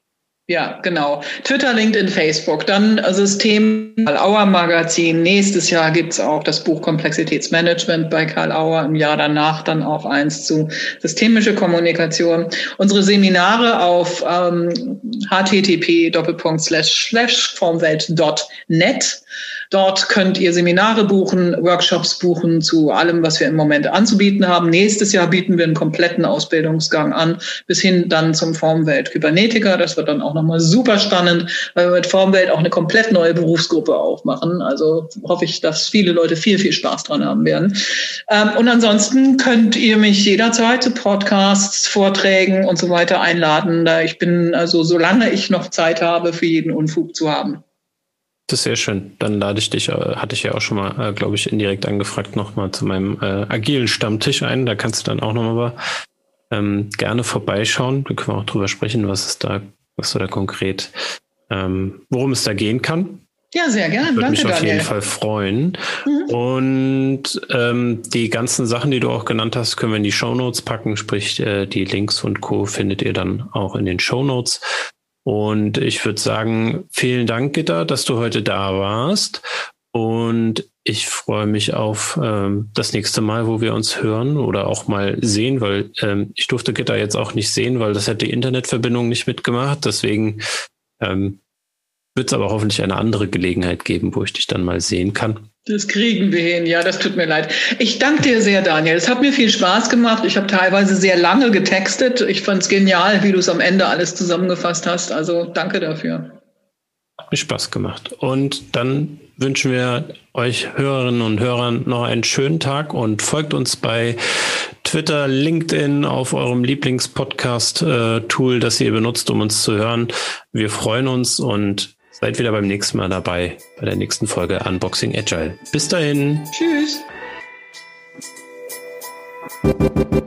Ja, genau. Twitter, LinkedIn, Facebook. Dann System Karl Auer Magazin. Nächstes Jahr gibt's auch das Buch Komplexitätsmanagement bei Karl Auer. Im Jahr danach dann auch eins zu systemische Kommunikation. Unsere Seminare auf ähm, http doppelpunkt slash slash formwelt dot net. Dort könnt ihr Seminare buchen, Workshops buchen zu allem, was wir im Moment anzubieten haben. Nächstes Jahr bieten wir einen kompletten Ausbildungsgang an, bis hin dann zum Formwelt Kybernetiker. Das wird dann auch nochmal super spannend, weil wir mit Formwelt auch eine komplett neue Berufsgruppe aufmachen. Also hoffe ich, dass viele Leute viel, viel Spaß dran haben werden. Und ansonsten könnt ihr mich jederzeit zu Podcasts, Vorträgen und so weiter einladen. Ich bin also, solange ich noch Zeit habe, für jeden Unfug zu haben. Das ist sehr schön. Dann lade ich dich, hatte ich ja auch schon mal, glaube ich, indirekt angefragt, nochmal zu meinem äh, agilen Stammtisch ein. Da kannst du dann auch nochmal ähm, gerne vorbeischauen. Da können wir auch drüber sprechen, was es da, was du da konkret, ähm, worum es da gehen kann. Ja, sehr gerne. Würde Danke, mich auf Daniel. jeden Fall freuen. Mhm. Und ähm, die ganzen Sachen, die du auch genannt hast, können wir in die Shownotes packen. Sprich, äh, die Links und Co. findet ihr dann auch in den Shownotes. Und ich würde sagen, vielen Dank, Gitta, dass du heute da warst. Und ich freue mich auf ähm, das nächste Mal, wo wir uns hören oder auch mal sehen, weil ähm, ich durfte Gitta jetzt auch nicht sehen, weil das hat die Internetverbindung nicht mitgemacht. Deswegen ähm, wird es aber hoffentlich eine andere Gelegenheit geben, wo ich dich dann mal sehen kann. Das kriegen wir hin. Ja, das tut mir leid. Ich danke dir sehr, Daniel. Es hat mir viel Spaß gemacht. Ich habe teilweise sehr lange getextet. Ich fand es genial, wie du es am Ende alles zusammengefasst hast. Also danke dafür. Hat mir Spaß gemacht. Und dann wünschen wir euch Hörerinnen und Hörern noch einen schönen Tag und folgt uns bei Twitter, LinkedIn, auf eurem Lieblingspodcast-Tool, das ihr benutzt, um uns zu hören. Wir freuen uns und seid wieder beim nächsten Mal dabei, bei der nächsten Folge Unboxing Agile. Bis dahin. Tschüss.